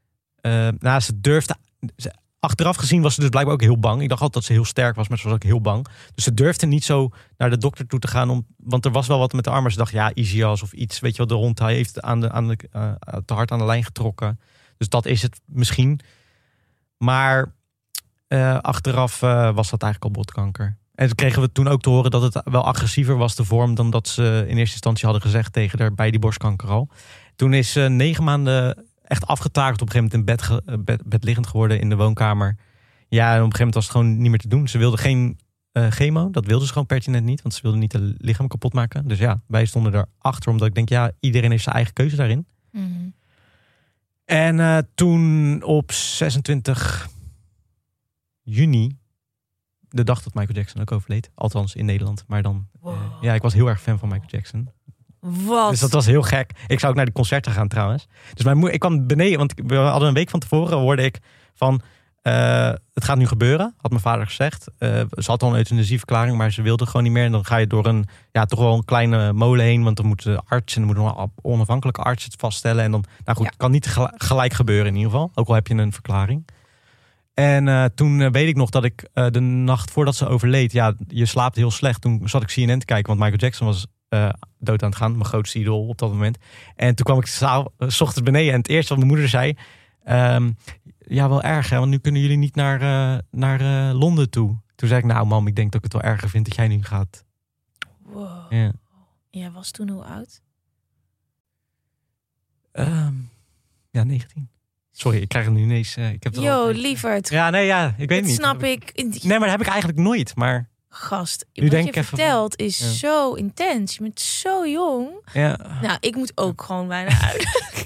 Ze durfde. Achteraf gezien was ze dus blijkbaar ook heel bang. Ik dacht altijd dat ze heel sterk was, maar ze was ook heel bang. Dus ze durfde niet zo naar de dokter toe te gaan. Want er was wel wat met de arm. Maar ze dacht, Isias of iets. Weet je wel, de hond hij heeft te hard aan de lijn getrokken. Dus dat is het misschien. Maar achteraf was dat eigenlijk al botkanker. En toen kregen we toen ook te horen dat het wel agressiever was, de vorm, dan dat ze in eerste instantie hadden gezegd tegen haar bij die borstkanker al. Toen is ze 9 maanden... echt afgetakeld, op een gegeven moment in bed liggend geworden in de woonkamer. Ja, en op een gegeven moment was het gewoon niet meer te doen. Ze wilde geen chemo, dat wilde ze gewoon pertinent niet, want ze wilde niet het lichaam kapot maken. Dus wij stonden erachter, omdat ik denk, iedereen heeft zijn eigen keuze daarin. Mm-hmm. En toen op 26 juni, de dag dat Michael Jackson ook overleed, althans in Nederland, maar dan, ik was heel erg fan van Michael Jackson. Wat? Dus dat was heel gek. Ik zou ook naar de concerten gaan trouwens. Dus ik kwam beneden, want we hadden een week van tevoren, hoorde ik van, het gaat nu gebeuren, had mijn vader gezegd. Ze had al een euthanasieverklaring, maar ze wilde gewoon niet meer. En dan ga je door toch wel een kleine molen heen, want dan moet de arts en dan moet een onafhankelijke arts het vaststellen. En dan, het kan niet gelijk gebeuren in ieder geval, ook al heb je een verklaring. En toen weet ik nog dat ik de nacht voordat ze overleed, je slaapt heel slecht. Toen zat ik CNN te kijken, want Michael Jackson was dood aan het gaan. Mijn grootste idool op dat moment. En toen kwam ik 's ochtends beneden. En het eerste wat mijn moeder zei... wel erg, hè? Want nu kunnen jullie niet naar Londen toe. Toen zei ik, nou mam, ik denk dat ik het wel erger vind dat jij nu gaat. Wow. Ja. Jij was toen hoe oud? 19. Sorry, ik krijg het nu ineens... lieverd. Ik weet het niet. Snap ik. Nee, maar dat heb ik eigenlijk nooit, maar... Gast, wat je vertelt is zo intens. Je bent zo jong. Ja. Nou, ik moet ook gewoon bijna uit.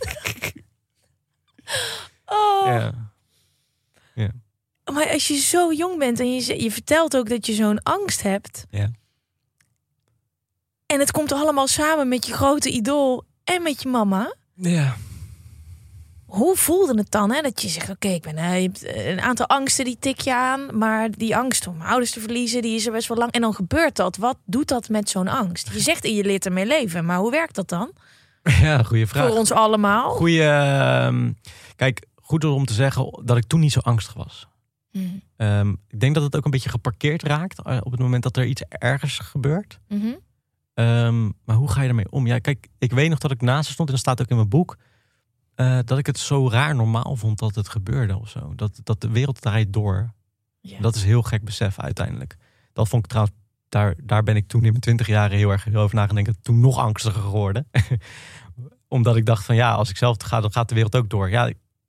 Ja. Maar als je zo jong bent en je vertelt ook dat je zo'n angst hebt. Ja. En het komt allemaal samen met je grote idool en met je mama. Ja. Hoe voelde het dan, hè? Dat je zegt, oké, je hebt een aantal angsten die tik je aan, maar die angst om ouders te verliezen, die is er best wel lang. En dan gebeurt dat. Wat doet dat met zo'n angst? Je zegt je leert ermee leven, maar hoe werkt dat dan? Ja, goede vraag. Voor ons allemaal. Kijk, goed om te zeggen dat ik toen niet zo angstig was. Ik denk dat het ook een beetje geparkeerd raakt op het moment dat er iets ergers gebeurt. Maar hoe ga je ermee om? Ja, kijk, ik weet nog dat ik naast stond en dat staat ook in mijn boek. Dat ik het zo raar normaal vond dat het gebeurde of zo. Dat de wereld draait door. Ja. Dat is een heel gek besef uiteindelijk. Dat vond ik trouwens, daar ben ik toen in mijn 20 jaren heel erg over nagedacht. Toen nog angstiger geworden. Omdat ik dacht van als ik zelf ga, dan gaat de wereld ook door.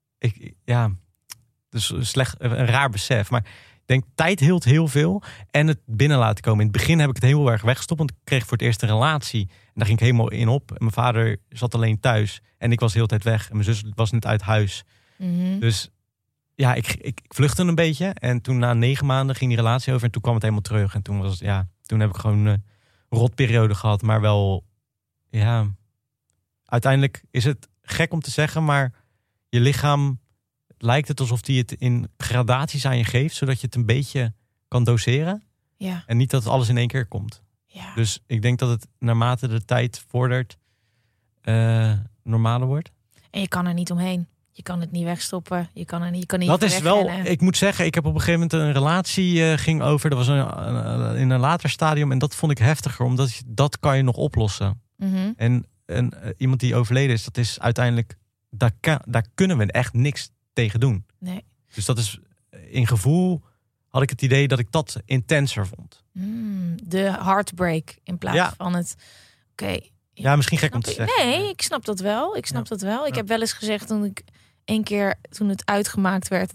Dus een raar besef. Maar ik denk, tijd hield heel veel. En het binnen laten komen. In het begin heb ik het heel erg weggestopt. Want ik kreeg voor het eerst een relatie. En daar ging ik helemaal in op. En mijn vader zat alleen thuis. En ik was de hele tijd weg. En mijn zus was net uit huis. Dus ik vluchtte een beetje. En toen na 9 maanden ging die relatie over. En toen kwam het helemaal terug. En toen was het, toen heb ik gewoon een rotperiode gehad. Maar wel, uiteindelijk is het gek om te zeggen. Maar je lichaam lijkt het alsof die het in gradaties aan je geeft. Zodat je het een beetje kan doseren. Ja. En niet dat alles in één keer komt. Ja. Dus ik denk dat het naarmate de tijd vordert normaler wordt. En je kan er niet omheen. Je kan het niet wegstoppen. Je kan niet dat is wel, ik moet zeggen, ik heb op een gegeven moment een relatie ging over. Dat was in een later stadium. En dat vond ik heftiger. Omdat dat kan je nog oplossen. En iemand die overleden is, dat is uiteindelijk, daar kunnen we echt niks tegen doen. Nee. Dus dat is, in gevoel had ik het idee dat ik dat intenser vond. De heartbreak in plaats van het, ja, misschien gek om te zeggen. Nee, ik snap dat wel. Ik heb wel eens gezegd toen het uitgemaakt werd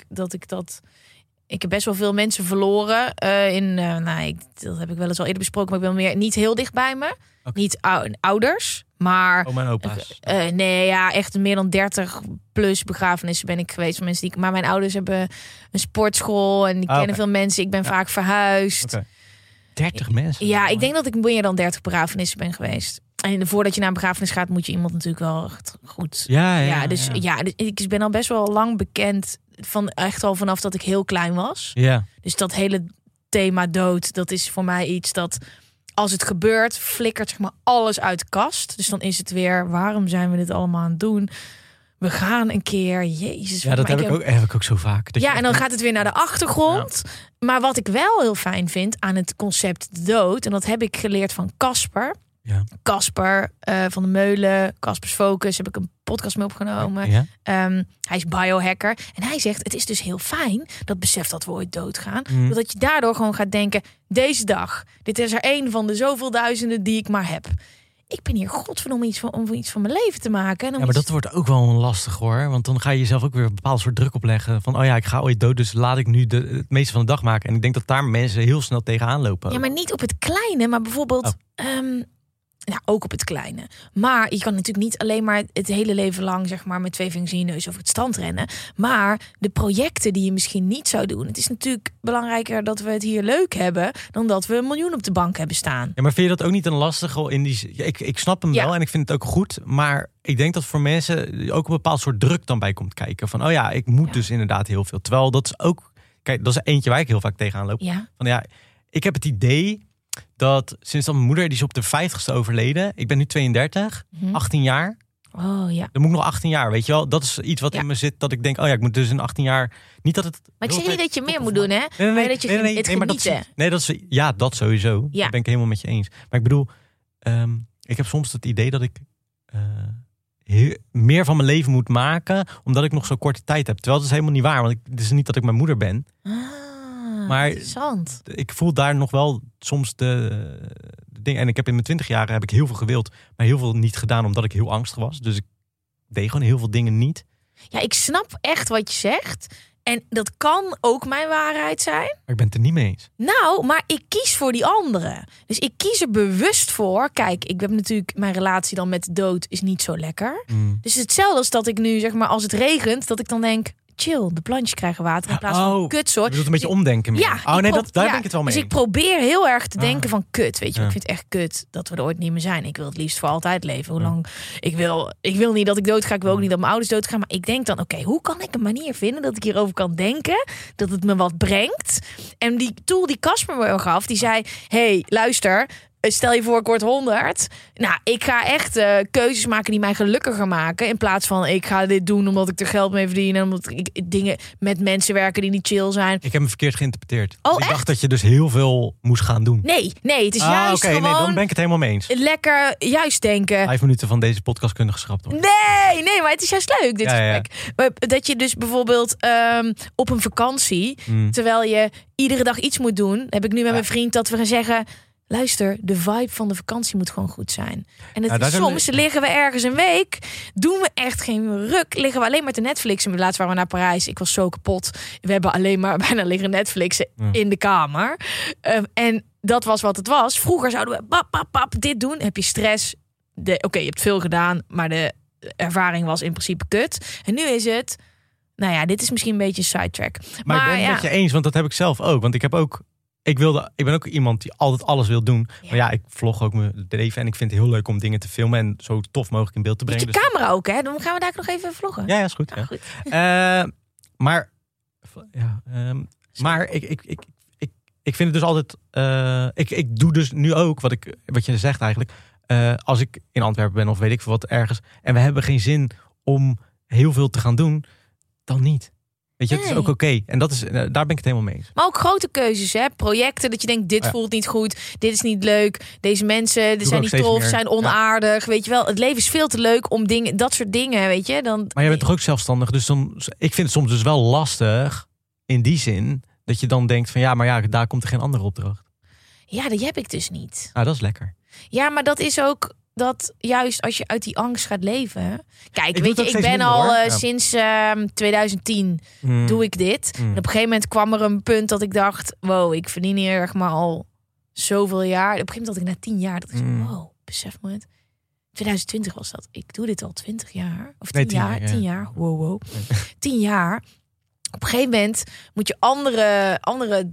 ik heb best wel veel mensen verloren. Dat heb ik wel eens al eerder besproken, maar ik ben niet heel dicht bij me. Okay. Niet ouders, maar mijn opa's. Echt meer dan 30 plus begrafenissen ben ik geweest van mensen maar mijn ouders hebben een sportschool en die kennen veel mensen. Ik ben vaak verhuisd. 30 mensen? Ja, ik denk dat ik meer dan 30 begrafenissen ben geweest. En voordat je naar een begrafenis gaat, moet je iemand natuurlijk wel echt goed. Dus ik ben al best wel lang bekend echt al vanaf dat ik heel klein was. Ja. Dus dat hele thema dood, dat is voor mij iets dat als het gebeurt, flikkert alles uit de kast. Dus dan is het weer, waarom zijn we dit allemaal aan het doen? We gaan een keer, jezus. Ja, dat heb ik ook zo vaak. En dan gaat het weer naar de achtergrond. Ja. Maar wat ik wel heel fijn vind aan het concept dood, en dat heb ik geleerd van Casper. Ja. Casper van de Meulen, Caspers Focus, heb ik een podcast mee opgenomen. Ja. Hij is biohacker. En hij zegt, het is dus heel fijn, dat besef dat we ooit doodgaan. Dat je daardoor gewoon gaat denken, deze dag, dit is er één van de zoveel duizenden die ik maar heb. Ik ben hier godverdomme om iets van mijn leven te maken. Maar dat wordt ook wel lastig hoor. Want dan ga je jezelf ook weer een bepaald soort druk opleggen. Van ik ga ooit dood, dus laat ik nu het meeste van de dag maken. En ik denk dat daar mensen heel snel tegenaan lopen. Ja, maar niet op het kleine, maar bijvoorbeeld ook op het kleine. Maar je kan natuurlijk niet alleen maar het hele leven lang met 2 vingers in je neus over het strand rennen. Maar de projecten die je misschien niet zou doen. Het is natuurlijk belangrijker dat we het hier leuk hebben dan dat we $1 miljoen op de bank hebben staan. Ja, maar vind je dat ook niet een lastige? Ik snap hem wel en ik vind het ook goed. Maar ik denk dat voor mensen ook een bepaald soort druk dan bij komt kijken. Van ik moet dus inderdaad heel veel. Terwijl dat is ook, kijk, dat is eentje waar ik heel vaak tegenaan loop. Ja. Van ik heb het idee dat sinds dat mijn moeder, die is op de 50ste overleden. Ik ben nu 32, 18 jaar. Oh ja. Dan moet ik nog 18 jaar, weet je wel. Dat is iets wat in me zit, dat ik denk, ik moet dus in 18 jaar... Niet dat het... Maar ik zeg niet dat je meer moet doen, hè? Nee, dat je het genieten. Dat sowieso. Ja. Dat ben ik helemaal met je eens. Maar ik bedoel, ik heb soms het idee dat ik meer van mijn leven moet maken, omdat ik nog zo'n korte tijd heb. Terwijl dat is helemaal niet waar, want het is niet dat ik mijn moeder ben. Maar interessant. Ik voel daar nog wel soms de dingen. En ik heb in mijn 20 jaar heb ik heel veel gewild, maar heel veel niet gedaan omdat ik heel angstig was. Dus ik deed gewoon heel veel dingen niet. Ja, ik snap echt wat je zegt. En dat kan ook mijn waarheid zijn. Maar ik ben het er niet mee eens. Nou, maar ik kies voor die anderen. Dus ik kies er bewust voor. Kijk, ik heb natuurlijk mijn relatie dan met de dood is niet zo lekker. Dus hetzelfde als dat ik nu, als het regent, dat ik dan denk, chill, de plantjes krijgen water in plaats van kutzooi. Je bedoelt een beetje omdenken meer. Ja, daar ben ik het wel mee. Dus ik probeer heel erg te denken van kut, weet je. Ik vind het echt kut dat we er ooit niet meer zijn. Ik wil het liefst voor altijd leven. Hoe lang? Ik wil niet dat ik doodga. Ik wil ook niet dat mijn ouders doodgaan. Maar ik denk dan, hoe kan ik een manier vinden dat ik hierover kan denken? Dat het me wat brengt. En die tool die Casper me gaf, die zei, hey, luister, stel je voor, ik word 100. Nou, ik ga echt keuzes maken die mij gelukkiger maken. In plaats van, ik ga dit doen omdat ik er geld mee verdien. En omdat ik dingen met mensen werken die niet chill zijn. Ik heb hem verkeerd geïnterpreteerd. Oh, ik dacht dat je dus heel veel moest gaan doen. Nee, het is juist gewoon... Nee, dan ben ik het helemaal mee eens. Lekker juist denken. 5 minuten van deze podcast kunnen geschrapt worden. Nee, maar het is juist leuk, dit gesprek. Ja. Dat je dus bijvoorbeeld op een vakantie, terwijl je iedere dag iets moet doen, heb ik nu met mijn vriend dat we gaan zeggen, luister, de vibe van de vakantie moet gewoon goed zijn. En soms liggen we ergens een week, doen we echt geen ruk, liggen we alleen maar te Netflixen. Laatst waren we naar Parijs, ik was zo kapot. We hebben alleen maar bijna liggen Netflixen in de kamer. En dat was wat het was. Vroeger zouden we dit doen. Heb je stress. Oké, je hebt veel gedaan, maar de ervaring was in principe kut. En nu is het, nou ja, dit is misschien een beetje een sidetrack. Maar ik ben het met je eens, want dat heb ik zelf ook. Want ik ben ook iemand die altijd alles wil doen. Ja. Maar ja, ik vlog ook mijn leven en ik vind het heel leuk om dingen te filmen en zo tof mogelijk in beeld te brengen. Met je camera ook, hè? Dan gaan we daar nog even vloggen. Ja, is goed. Ja. Goed. Maar ik vind het dus altijd... Ik doe dus nu ook wat je zegt eigenlijk. Als ik in Antwerpen ben of weet ik veel wat ergens, en we hebben geen zin om heel veel te gaan doen, dan niet. Weet je, het is ook oké. En dat is, daar ben ik het helemaal mee eens. Maar ook grote keuzes, hè? Projecten dat je denkt, dit voelt niet goed, dit is niet leuk, deze mensen zijn niet tof, zijn onaardig, weet je wel. Het leven is veel te leuk om dat soort dingen, weet je. Maar jij bent toch ook zelfstandig, dus ik vind het soms dus wel lastig in die zin dat je dan denkt van daar komt er geen andere opdracht. Ja, die heb ik dus niet. Ah, dat is lekker. Ja, maar dat is ook dat juist als je uit die angst gaat leven. Kijk, ik ben minder, al sinds 2010 doe ik dit. En op een gegeven moment kwam er een punt dat ik dacht, wow, ik verdien hier maar al zoveel jaar. Op een gegeven moment had ik na 10 jaar dat ik zo, wow, besef me het. 2020 was dat. Ik doe dit al 20 jaar. Of 10 jaar. 10 jaar. Wow. 10 jaar. Op een gegeven moment moet je andere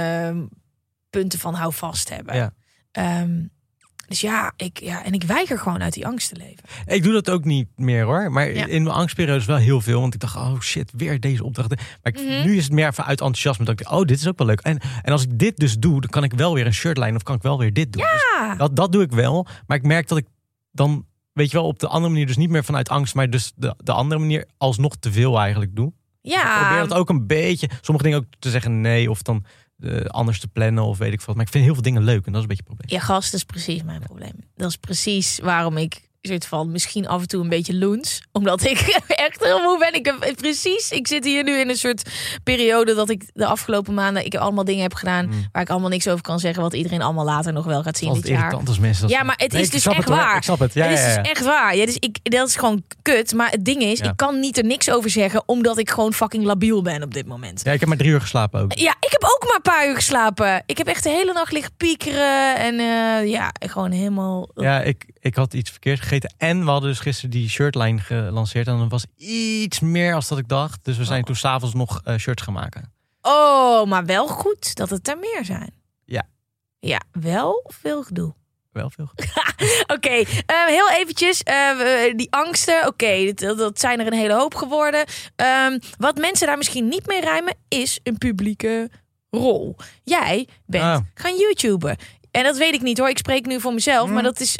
punten van hou vast hebben. Ja. Dus en ik weiger gewoon uit die angst te leven. Ik doe dat ook niet meer hoor. Maar in mijn angstperiode is wel heel veel. Want ik dacht, oh shit, weer deze opdrachten. Maar nu is het meer uit enthousiasme. Dat ik, dit is ook wel leuk. En als ik dit dus doe, dan kan ik wel weer een shirtlijn of kan ik wel weer dit doen. Ja. Dus dat doe ik wel. Maar ik merk dat ik dan, weet je wel, op de andere manier dus niet meer vanuit angst, maar dus de andere manier alsnog te veel eigenlijk doe. Ja. Ik probeer dat ook een beetje, sommige dingen ook te zeggen nee of dan anders te plannen of weet ik wat. Maar ik vind heel veel dingen leuk en dat is een beetje het probleem. Ja, gast, dat is precies mijn probleem. Dat is precies waarom ik soort van misschien af en toe een beetje loens. Omdat ik echt heel moe ben. Ik zit hier nu in een soort periode dat ik de afgelopen maanden allemaal dingen heb gedaan waar ik allemaal niks over kan zeggen, wat iedereen allemaal later nog wel gaat zien dit jaar. Als mensen dat maar het is dus echt waar. Ik snap het. Ja, het is dus echt waar. Ja, dus dat is gewoon kut. Maar het ding is, ik kan niet er niks over zeggen, omdat ik gewoon fucking labiel ben op dit moment. Ja, ik heb maar 3 uur geslapen ook. Ja, ik heb ook maar een paar uur geslapen. Ik heb echt de hele nacht liggen piekeren en gewoon helemaal. Ja, ik had iets verkeerd gegeten. En we hadden dus gisteren die shirtlijn gelanceerd. En dat was iets meer als dat ik dacht. Dus we zijn toen 's avonds nog shirts gaan maken. Oh, maar wel goed dat het er meer zijn. Ja. Ja, wel veel gedoe. Wel veel gedoe. Oké, heel eventjes. Die angsten, dat zijn er een hele hoop geworden. Wat mensen daar misschien niet mee rijmen, is een publieke rol. Jij bent gaan YouTuben. En dat weet ik niet hoor. Ik spreek nu voor mezelf. Maar dat is...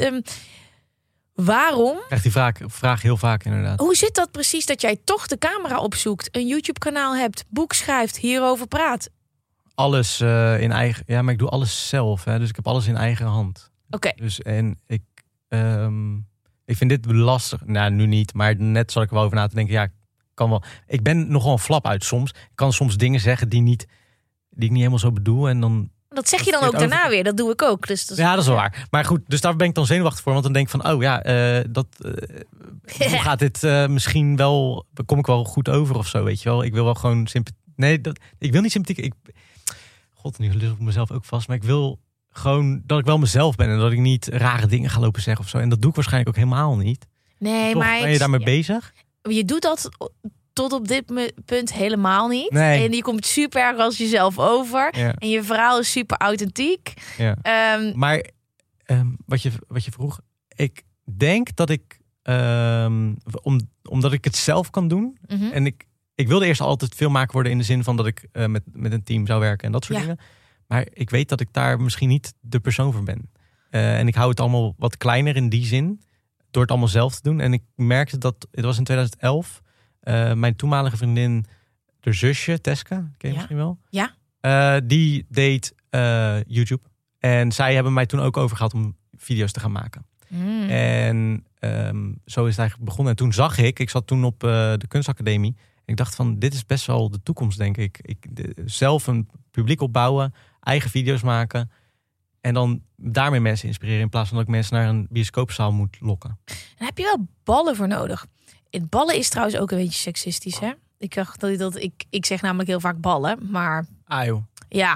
waarom? Ik krijg die vraag heel vaak inderdaad. Hoe zit dat precies dat jij toch de camera opzoekt, een YouTube-kanaal hebt, boek schrijft, hierover praat? Alles in eigen... Ja, maar ik doe alles zelf. Hè, dus ik heb alles in eigen hand. Oké. Dus en ik vind dit lastig. Nou, nu niet. Maar net zat ik er wel over na te denken. Ja, kan wel. Ik ben nogal een flap uit soms. Ik kan soms dingen zeggen die ik niet helemaal zo bedoel. En dan... Dat zeg je dan ook daarna weer. Dat doe ik ook. Dus dat is wel waar. Maar goed, dus daar ben ik dan zenuwachtig voor. Want dan denk ik van, hoe gaat dit misschien wel... Kom ik wel goed over of zo, weet je wel? Ik wil wel gewoon ik wil niet sympathiek... God, nu lig ik mezelf ook vast. Maar ik wil gewoon dat ik wel mezelf ben. En dat ik niet rare dingen ga lopen zeggen of zo. En dat doe ik waarschijnlijk ook helemaal niet. Nee, maar... Ben je daarmee bezig? Je doet dat... tot op dit punt helemaal niet. Nee. En je komt super erg als jezelf over. Ja. En je verhaal is super authentiek. Ja. Maar wat je vroeg... Ik denk dat ik... omdat ik het zelf kan doen... En ik wilde eerst altijd filmmaker worden... in de zin van dat ik met een team zou werken... en dat soort dingen. Maar ik weet dat ik daar misschien niet de persoon voor ben. En ik hou het allemaal wat kleiner in die zin. Door het allemaal zelf te doen. En ik merkte dat, het was in 2011... mijn toenmalige vriendin, haar zusje, Teska, ken je misschien wel? Ja. Die deed YouTube. En zij hebben mij toen ook overgehaald om video's te gaan maken. En zo is het eigenlijk begonnen. En toen zag ik zat toen op de kunstacademie. En ik dacht van, dit is best wel de toekomst, denk ik. Zelf een publiek opbouwen, eigen video's maken. En dan daarmee mensen inspireren. In plaats van dat ik mensen naar een bioscoopzaal moet lokken. Daar heb je wel ballen voor nodig. Het ballen is trouwens ook een beetje seksistisch, hè? Ik zeg namelijk heel vaak ballen, maar... Ah joh. Ja.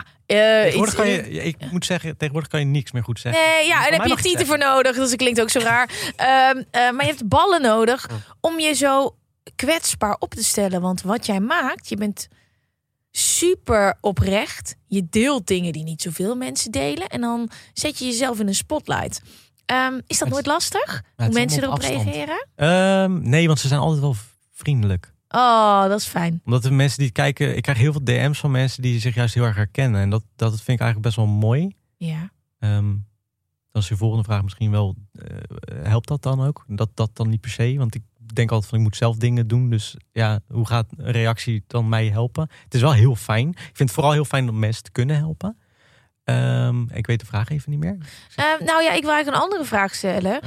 Ik moet zeggen, tegenwoordig kan je niks meer goed zeggen. Nee, ja, en heb je tieten voor nodig. Dus dat klinkt ook zo raar. Maar je hebt ballen nodig om je zo kwetsbaar op te stellen. Want wat jij maakt, je bent super oprecht. Je deelt dingen die niet zoveel mensen delen. En dan zet je jezelf in een spotlight. Is dat nooit lastig? Hoe mensen erop reageren? Nee, want ze zijn altijd wel vriendelijk. Oh, dat is fijn. Omdat de mensen die kijken... Ik krijg heel veel DM's van mensen die zich juist heel erg herkennen. En dat vind ik eigenlijk best wel mooi. Ja. Dan is je volgende vraag misschien wel... helpt dat dan ook? Dat dan niet per se? Want ik denk altijd van ik moet zelf dingen doen. Dus ja, hoe gaat een reactie dan mij helpen? Het is wel heel fijn. Ik vind het vooral heel fijn om mensen te kunnen helpen. Ik weet de vraag even niet meer. Nou ja, ik wil eigenlijk een andere vraag stellen.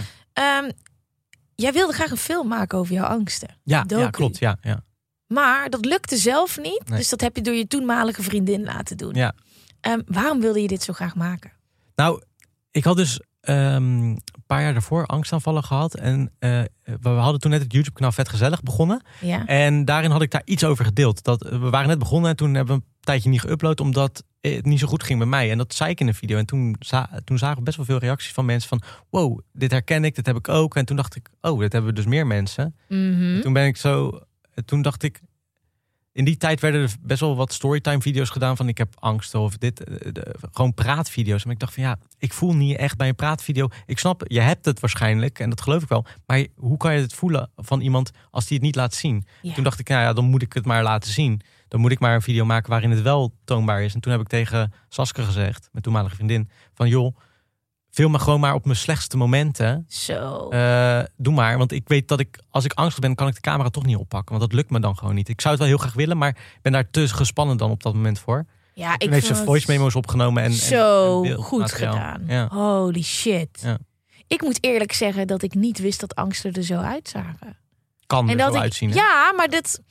Jij wilde graag een film maken over jouw angsten. Ja, klopt. Ja. Maar dat lukte zelf niet. Nee. Dus dat heb je door je toenmalige vriendin laten doen. Ja. Waarom wilde je dit zo graag maken? Nou, ik had dus een paar jaar daarvoor angstaanvallen gehad. En we hadden toen net het YouTube-kanaal Vet Gezellig begonnen. Ja. En daarin had ik daar iets over gedeeld. We waren net begonnen en toen hebben we een tijdje niet geüpload... omdat het niet zo goed ging bij mij. En dat zei ik in een video. En toen zagen we best wel veel reacties van mensen van... wow, dit herken ik, dit heb ik ook. En toen dacht ik, dit hebben we dus meer mensen. Mm-hmm. En toen dacht ik... In die tijd werden er best wel wat storytime video's gedaan van ik heb angst of dit. Gewoon praatvideo's. Maar ik dacht van ja, ik voel niet echt bij een praatvideo. Ik snap, je hebt het waarschijnlijk en dat geloof ik wel. Maar hoe kan je het voelen van iemand als die het niet laat zien? Ja. Toen dacht ik, nou ja, dan moet ik het maar laten zien. Dan moet ik maar een video maken waarin het wel toonbaar is. En toen heb ik tegen Saskia gezegd, mijn toenmalige vriendin, van joh, film me gewoon maar op mijn slechtste momenten. Zo. Doe maar, want ik weet dat als ik angstig ben, kan ik de camera toch niet oppakken. Want dat lukt me dan gewoon niet. Ik zou het wel heel graag willen, maar ik ben daar te gespannen dan op dat moment voor. Ja, toen heeft ze voice memo's opgenomen. En goed materiaal. Gedaan. Ja. Holy shit. Ja. Ik moet eerlijk zeggen dat ik niet wist dat angsten er zo uitzagen. Kan er zo uitzien. Ja, maar dat...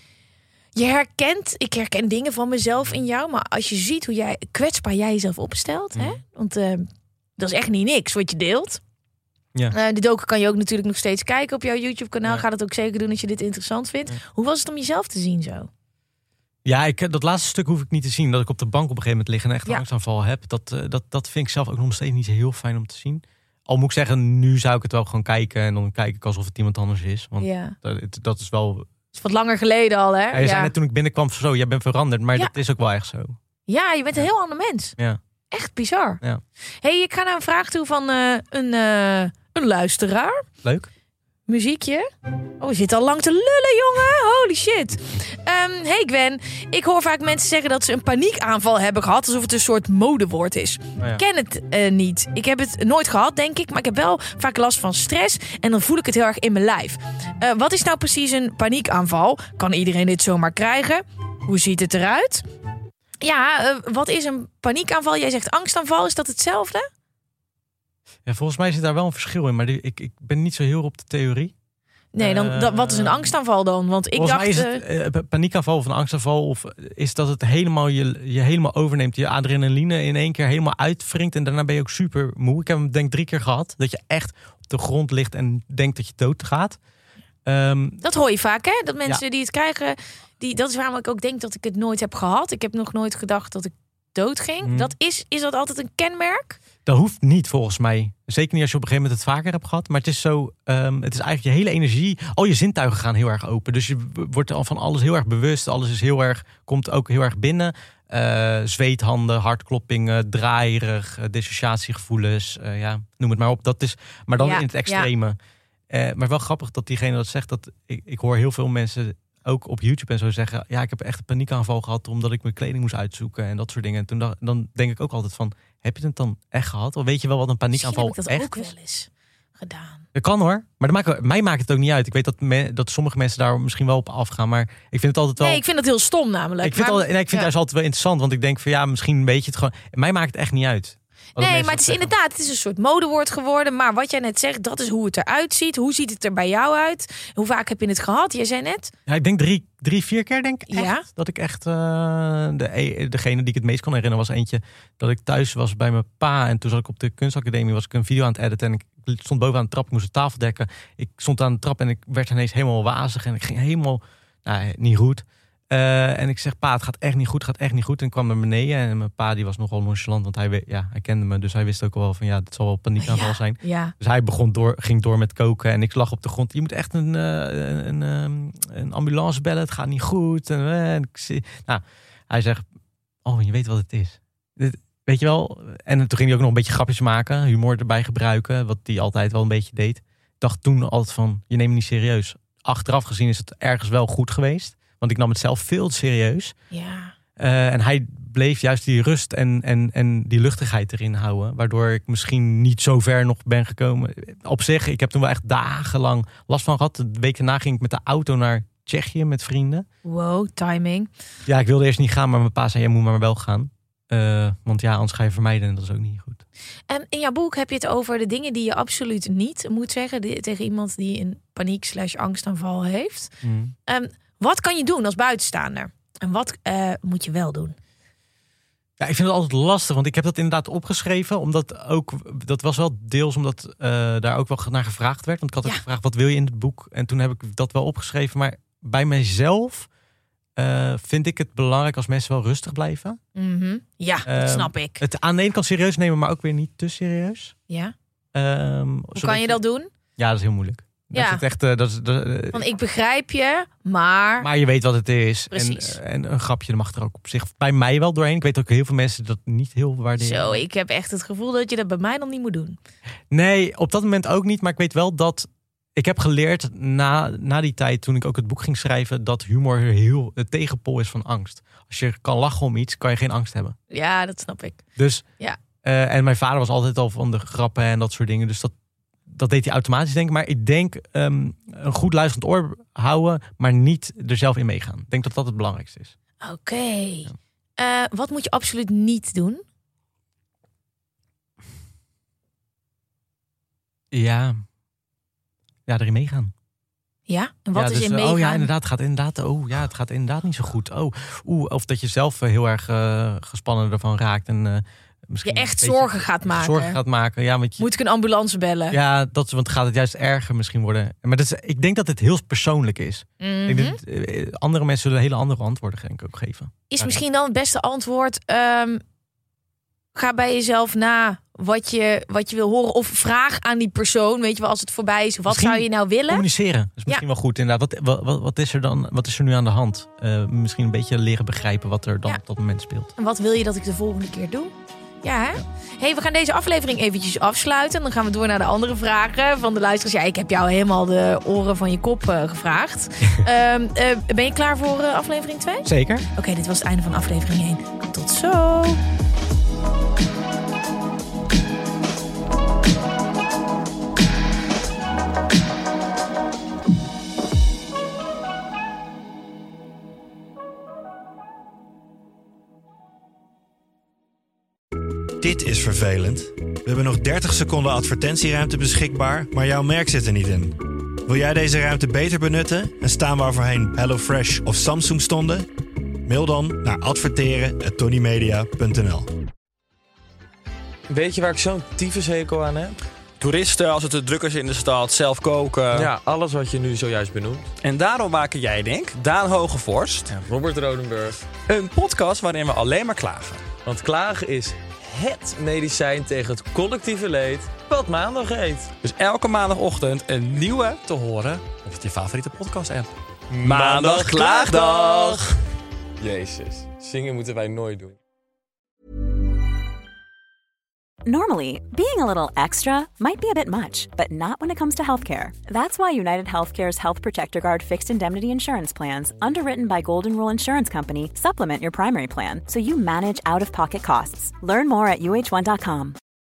Ik herken dingen van mezelf in jou. Maar als je ziet hoe kwetsbaar jij jezelf opstelt. Hè? Want... dat is echt niet niks wat je deelt. Ja. De docu kan je ook natuurlijk nog steeds kijken op jouw YouTube-kanaal. Ja. Ga dat ook zeker doen als je dit interessant vindt. Ja. Hoe was het om jezelf te zien zo? Ja, dat laatste stuk hoef ik niet te zien. Dat ik op de bank op een gegeven moment lig en echt een angstaanval heb. Dat vind ik zelf ook nog steeds niet heel fijn om te zien. Al moet ik zeggen, nu zou ik het wel gewoon kijken. En dan kijk ik alsof het iemand anders is. Want dat is wel... Het is wat langer geleden al, hè? Je zei net toen ik binnenkwam, zo, jij bent veranderd. Maar dat is ook wel echt zo. Ja, je bent een heel ander mens. Ja. Echt bizar. Ja. Hey, ik ga naar een vraag toe van een luisteraar. Leuk. Muziekje. Oh, we zitten al lang te lullen, jongen. Holy shit. Hey Gwen, ik hoor vaak mensen zeggen dat ze een paniekaanval hebben gehad, alsof het een soort modewoord is. Ik ken het niet. Ik heb het nooit gehad, denk ik, maar ik heb wel vaak last van stress en dan voel ik het heel erg in mijn lijf. Wat is nou precies een paniekaanval? Kan iedereen dit zomaar krijgen? Hoe ziet het eruit? Ja, wat is een paniekaanval? Jij zegt angstaanval, is dat hetzelfde? Ja, volgens mij zit daar wel een verschil in, maar ik ben niet zo heel op de theorie. Nee, wat is een angstaanval dan? Want ik dacht... Mij is het paniekaanval of een angstaanval, of is dat het helemaal je helemaal overneemt, je adrenaline in één keer helemaal uitwringt en daarna ben je ook super moe. Ik heb hem denk 3 keer gehad, dat je echt op de grond ligt en denkt dat je dood gaat. Dat hoor je vaak, hè? Dat mensen die het krijgen, dat is waarom ik ook denk dat ik het nooit heb gehad. Ik heb nog nooit gedacht dat ik dood ging. Is dat altijd een kenmerk? Dat hoeft niet volgens mij. Zeker niet als je op een gegeven moment het vaker hebt gehad. Maar het is zo, het is eigenlijk je hele energie. Al je zintuigen gaan heel erg open. Dus je wordt al van alles heel erg bewust. Alles is komt ook heel erg binnen. Zweethanden, hartkloppingen, draaierig, dissociatiegevoelens. Noem het maar op. Dat is, maar dan in het extreme. Maar wel grappig dat diegene dat zegt. Dat ik hoor heel veel mensen ook op YouTube en zo zeggen... ja, ik heb echt een paniekaanval gehad omdat ik mijn kleding moest uitzoeken en dat soort dingen. En toen dan denk ik ook altijd van, heb je het dan echt gehad? Of weet je wel wat een paniekaanval echt is? Misschien heb ik dat ook wel eens gedaan. Dat kan hoor, maar mij maakt het ook niet uit. Ik weet dat sommige mensen daar misschien wel op afgaan, maar ik vind het altijd wel... Nee, ik vind het heel stom namelijk. Ik vind het juist altijd wel interessant, want ik denk van ja, misschien weet je het gewoon... Mij maakt het echt niet uit. Nee, maar het is inderdaad, het is een soort modewoord geworden. Maar wat jij net zegt, dat is hoe het eruit ziet. Hoe ziet het er bij jou uit? Hoe vaak heb je het gehad? Jij zei net. Ja, ik denk 3-4 keer denk ik echt. Dat ik echt, degene die ik het meest kon herinneren was eentje... dat ik thuis was bij mijn pa. En toen zat ik op de kunstacademie, was ik een video aan het editen. En ik stond bovenaan de trap, ik moest de tafel dekken. Ik stond aan de trap en ik werd ineens helemaal wazig. En ik ging helemaal, niet goed. En ik zeg, pa, het gaat echt niet goed, En ik kwam naar beneden en mijn pa die was nogal nonchalant, want hij kende me. Dus hij wist ook wel van, dit zal wel paniekaanval zijn. Ja. Dus hij ging door met koken en ik lag op de grond. Je moet echt een ambulance bellen, het gaat niet goed. Hij zegt, je weet wat het is. Weet je wel? En toen ging hij ook nog een beetje grapjes maken, humor erbij gebruiken, wat hij altijd wel een beetje deed. Ik dacht toen altijd van, je neemt me niet serieus. Achteraf gezien is het ergens wel goed geweest. Want ik nam het zelf veel te serieus. Ja. En hij bleef juist die rust en die luchtigheid erin houden. Waardoor ik misschien niet zo ver nog ben gekomen. Op zich, ik heb toen wel echt dagenlang last van gehad. De week daarna ging ik met de auto naar Tsjechië met vrienden. Wow, timing. Ja, ik wilde eerst niet gaan, maar mijn pa zei, jij moet maar wel gaan. Want anders ga je vermijden en dat is ook niet goed. En in jouw boek heb je het over de dingen die je absoluut niet moet zeggen tegen iemand die een paniek/angstaanval heeft. Wat kan je doen als buitenstaander? En wat moet je wel doen? Ja, ik vind het altijd lastig, want ik heb dat inderdaad opgeschreven. Dat was wel deels omdat daar ook wel naar gevraagd werd. Want ik had ook gevraagd, wat wil je in het boek? En toen heb ik dat wel opgeschreven. Maar bij mijzelf vind ik het belangrijk als mensen wel rustig blijven. Mm-hmm. Ja, dat snap ik. Het aan de ene kant serieus nemen, maar ook weer niet te serieus. Ja. Hoe kan je dat doen? Ja, dat is heel moeilijk. Ja. Want ik begrijp je, maar je weet wat het is. Precies. En een grapje, dat mag er ook op zich bij mij wel doorheen. Ik weet ook heel veel mensen dat niet heel waarderen. Zo, ik heb echt het gevoel dat je dat bij mij dan niet moet doen. Nee, op dat moment ook niet. Maar ik weet wel dat... Ik heb geleerd na die tijd, toen ik ook het boek ging schrijven... dat humor heel het tegenpool is van angst. Als je kan lachen om iets, kan je geen angst hebben. Ja, dat snap ik. Dus, ja. En mijn vader was altijd al van de grappen en dat soort dingen. Dus dat deed hij automatisch, denk ik. Maar ik denk een goed luisterend oor houden, maar niet er zelf in meegaan. Ik denk dat dat het belangrijkste is. Oké. Ja. Wat moet je absoluut niet doen? Ja, erin meegaan. Ja? En wat is in meegaan? Het gaat inderdaad niet zo goed. Of dat je zelf heel erg gespannen ervan raakt en... je echt zorgen gaat maken. Ja, moet ik een ambulance bellen? Ja, want gaat het juist erger misschien worden. Maar ik denk dat het heel persoonlijk is. Mm-hmm. Andere mensen zullen hele andere antwoorden denk ik ook geven. Is misschien dan het beste antwoord... ga bij jezelf na wat je wil horen. Of vraag aan die persoon, weet je wel, als het voorbij is. Wat misschien zou je nou willen? Communiceren. Dat is misschien wel goed inderdaad. Wat is er dan? Wat is er nu aan de hand? Misschien een beetje leren begrijpen wat er dan op dat moment speelt. En wat wil je dat ik de volgende keer doe? Ja, hè? Hey, we gaan deze aflevering eventjes afsluiten. Dan gaan we door naar de andere vragen van de luisteraars. Ja, ik heb jou helemaal de oren van je kop gevraagd. Ben je klaar voor aflevering 2? Zeker. Oké, dit was het einde van aflevering 1. Tot zo! Dit is vervelend. We hebben nog 30 seconden advertentieruimte beschikbaar, maar jouw merk zit er niet in. Wil jij deze ruimte beter benutten en staan waar voorheen HelloFresh of Samsung stonden? Mail dan naar adverteren@tonymedia.nl. Weet je waar ik zo'n tyfushekel aan heb? Toeristen, als het te druk is in de stad, zelf koken. Ja, alles wat je nu zojuist benoemt. En daarom maken jij, Daan Hogevorst... en Robert Rodenburg een podcast waarin we alleen maar klagen. Want klagen is het medicijn tegen het collectieve leed wat maandag heet. Dus elke maandagochtend een nieuwe te horen op je favoriete podcast-app. Maandag Klaagdag! Jezus, zingen moeten wij nooit doen. Normally, being a little extra might be a bit much, but not when it comes to healthcare. That's why United Healthcare's Health Protector Guard fixed indemnity insurance plans, underwritten by Golden Rule Insurance Company, supplement your primary plan so you manage out-of-pocket costs. Learn more at uh1.com.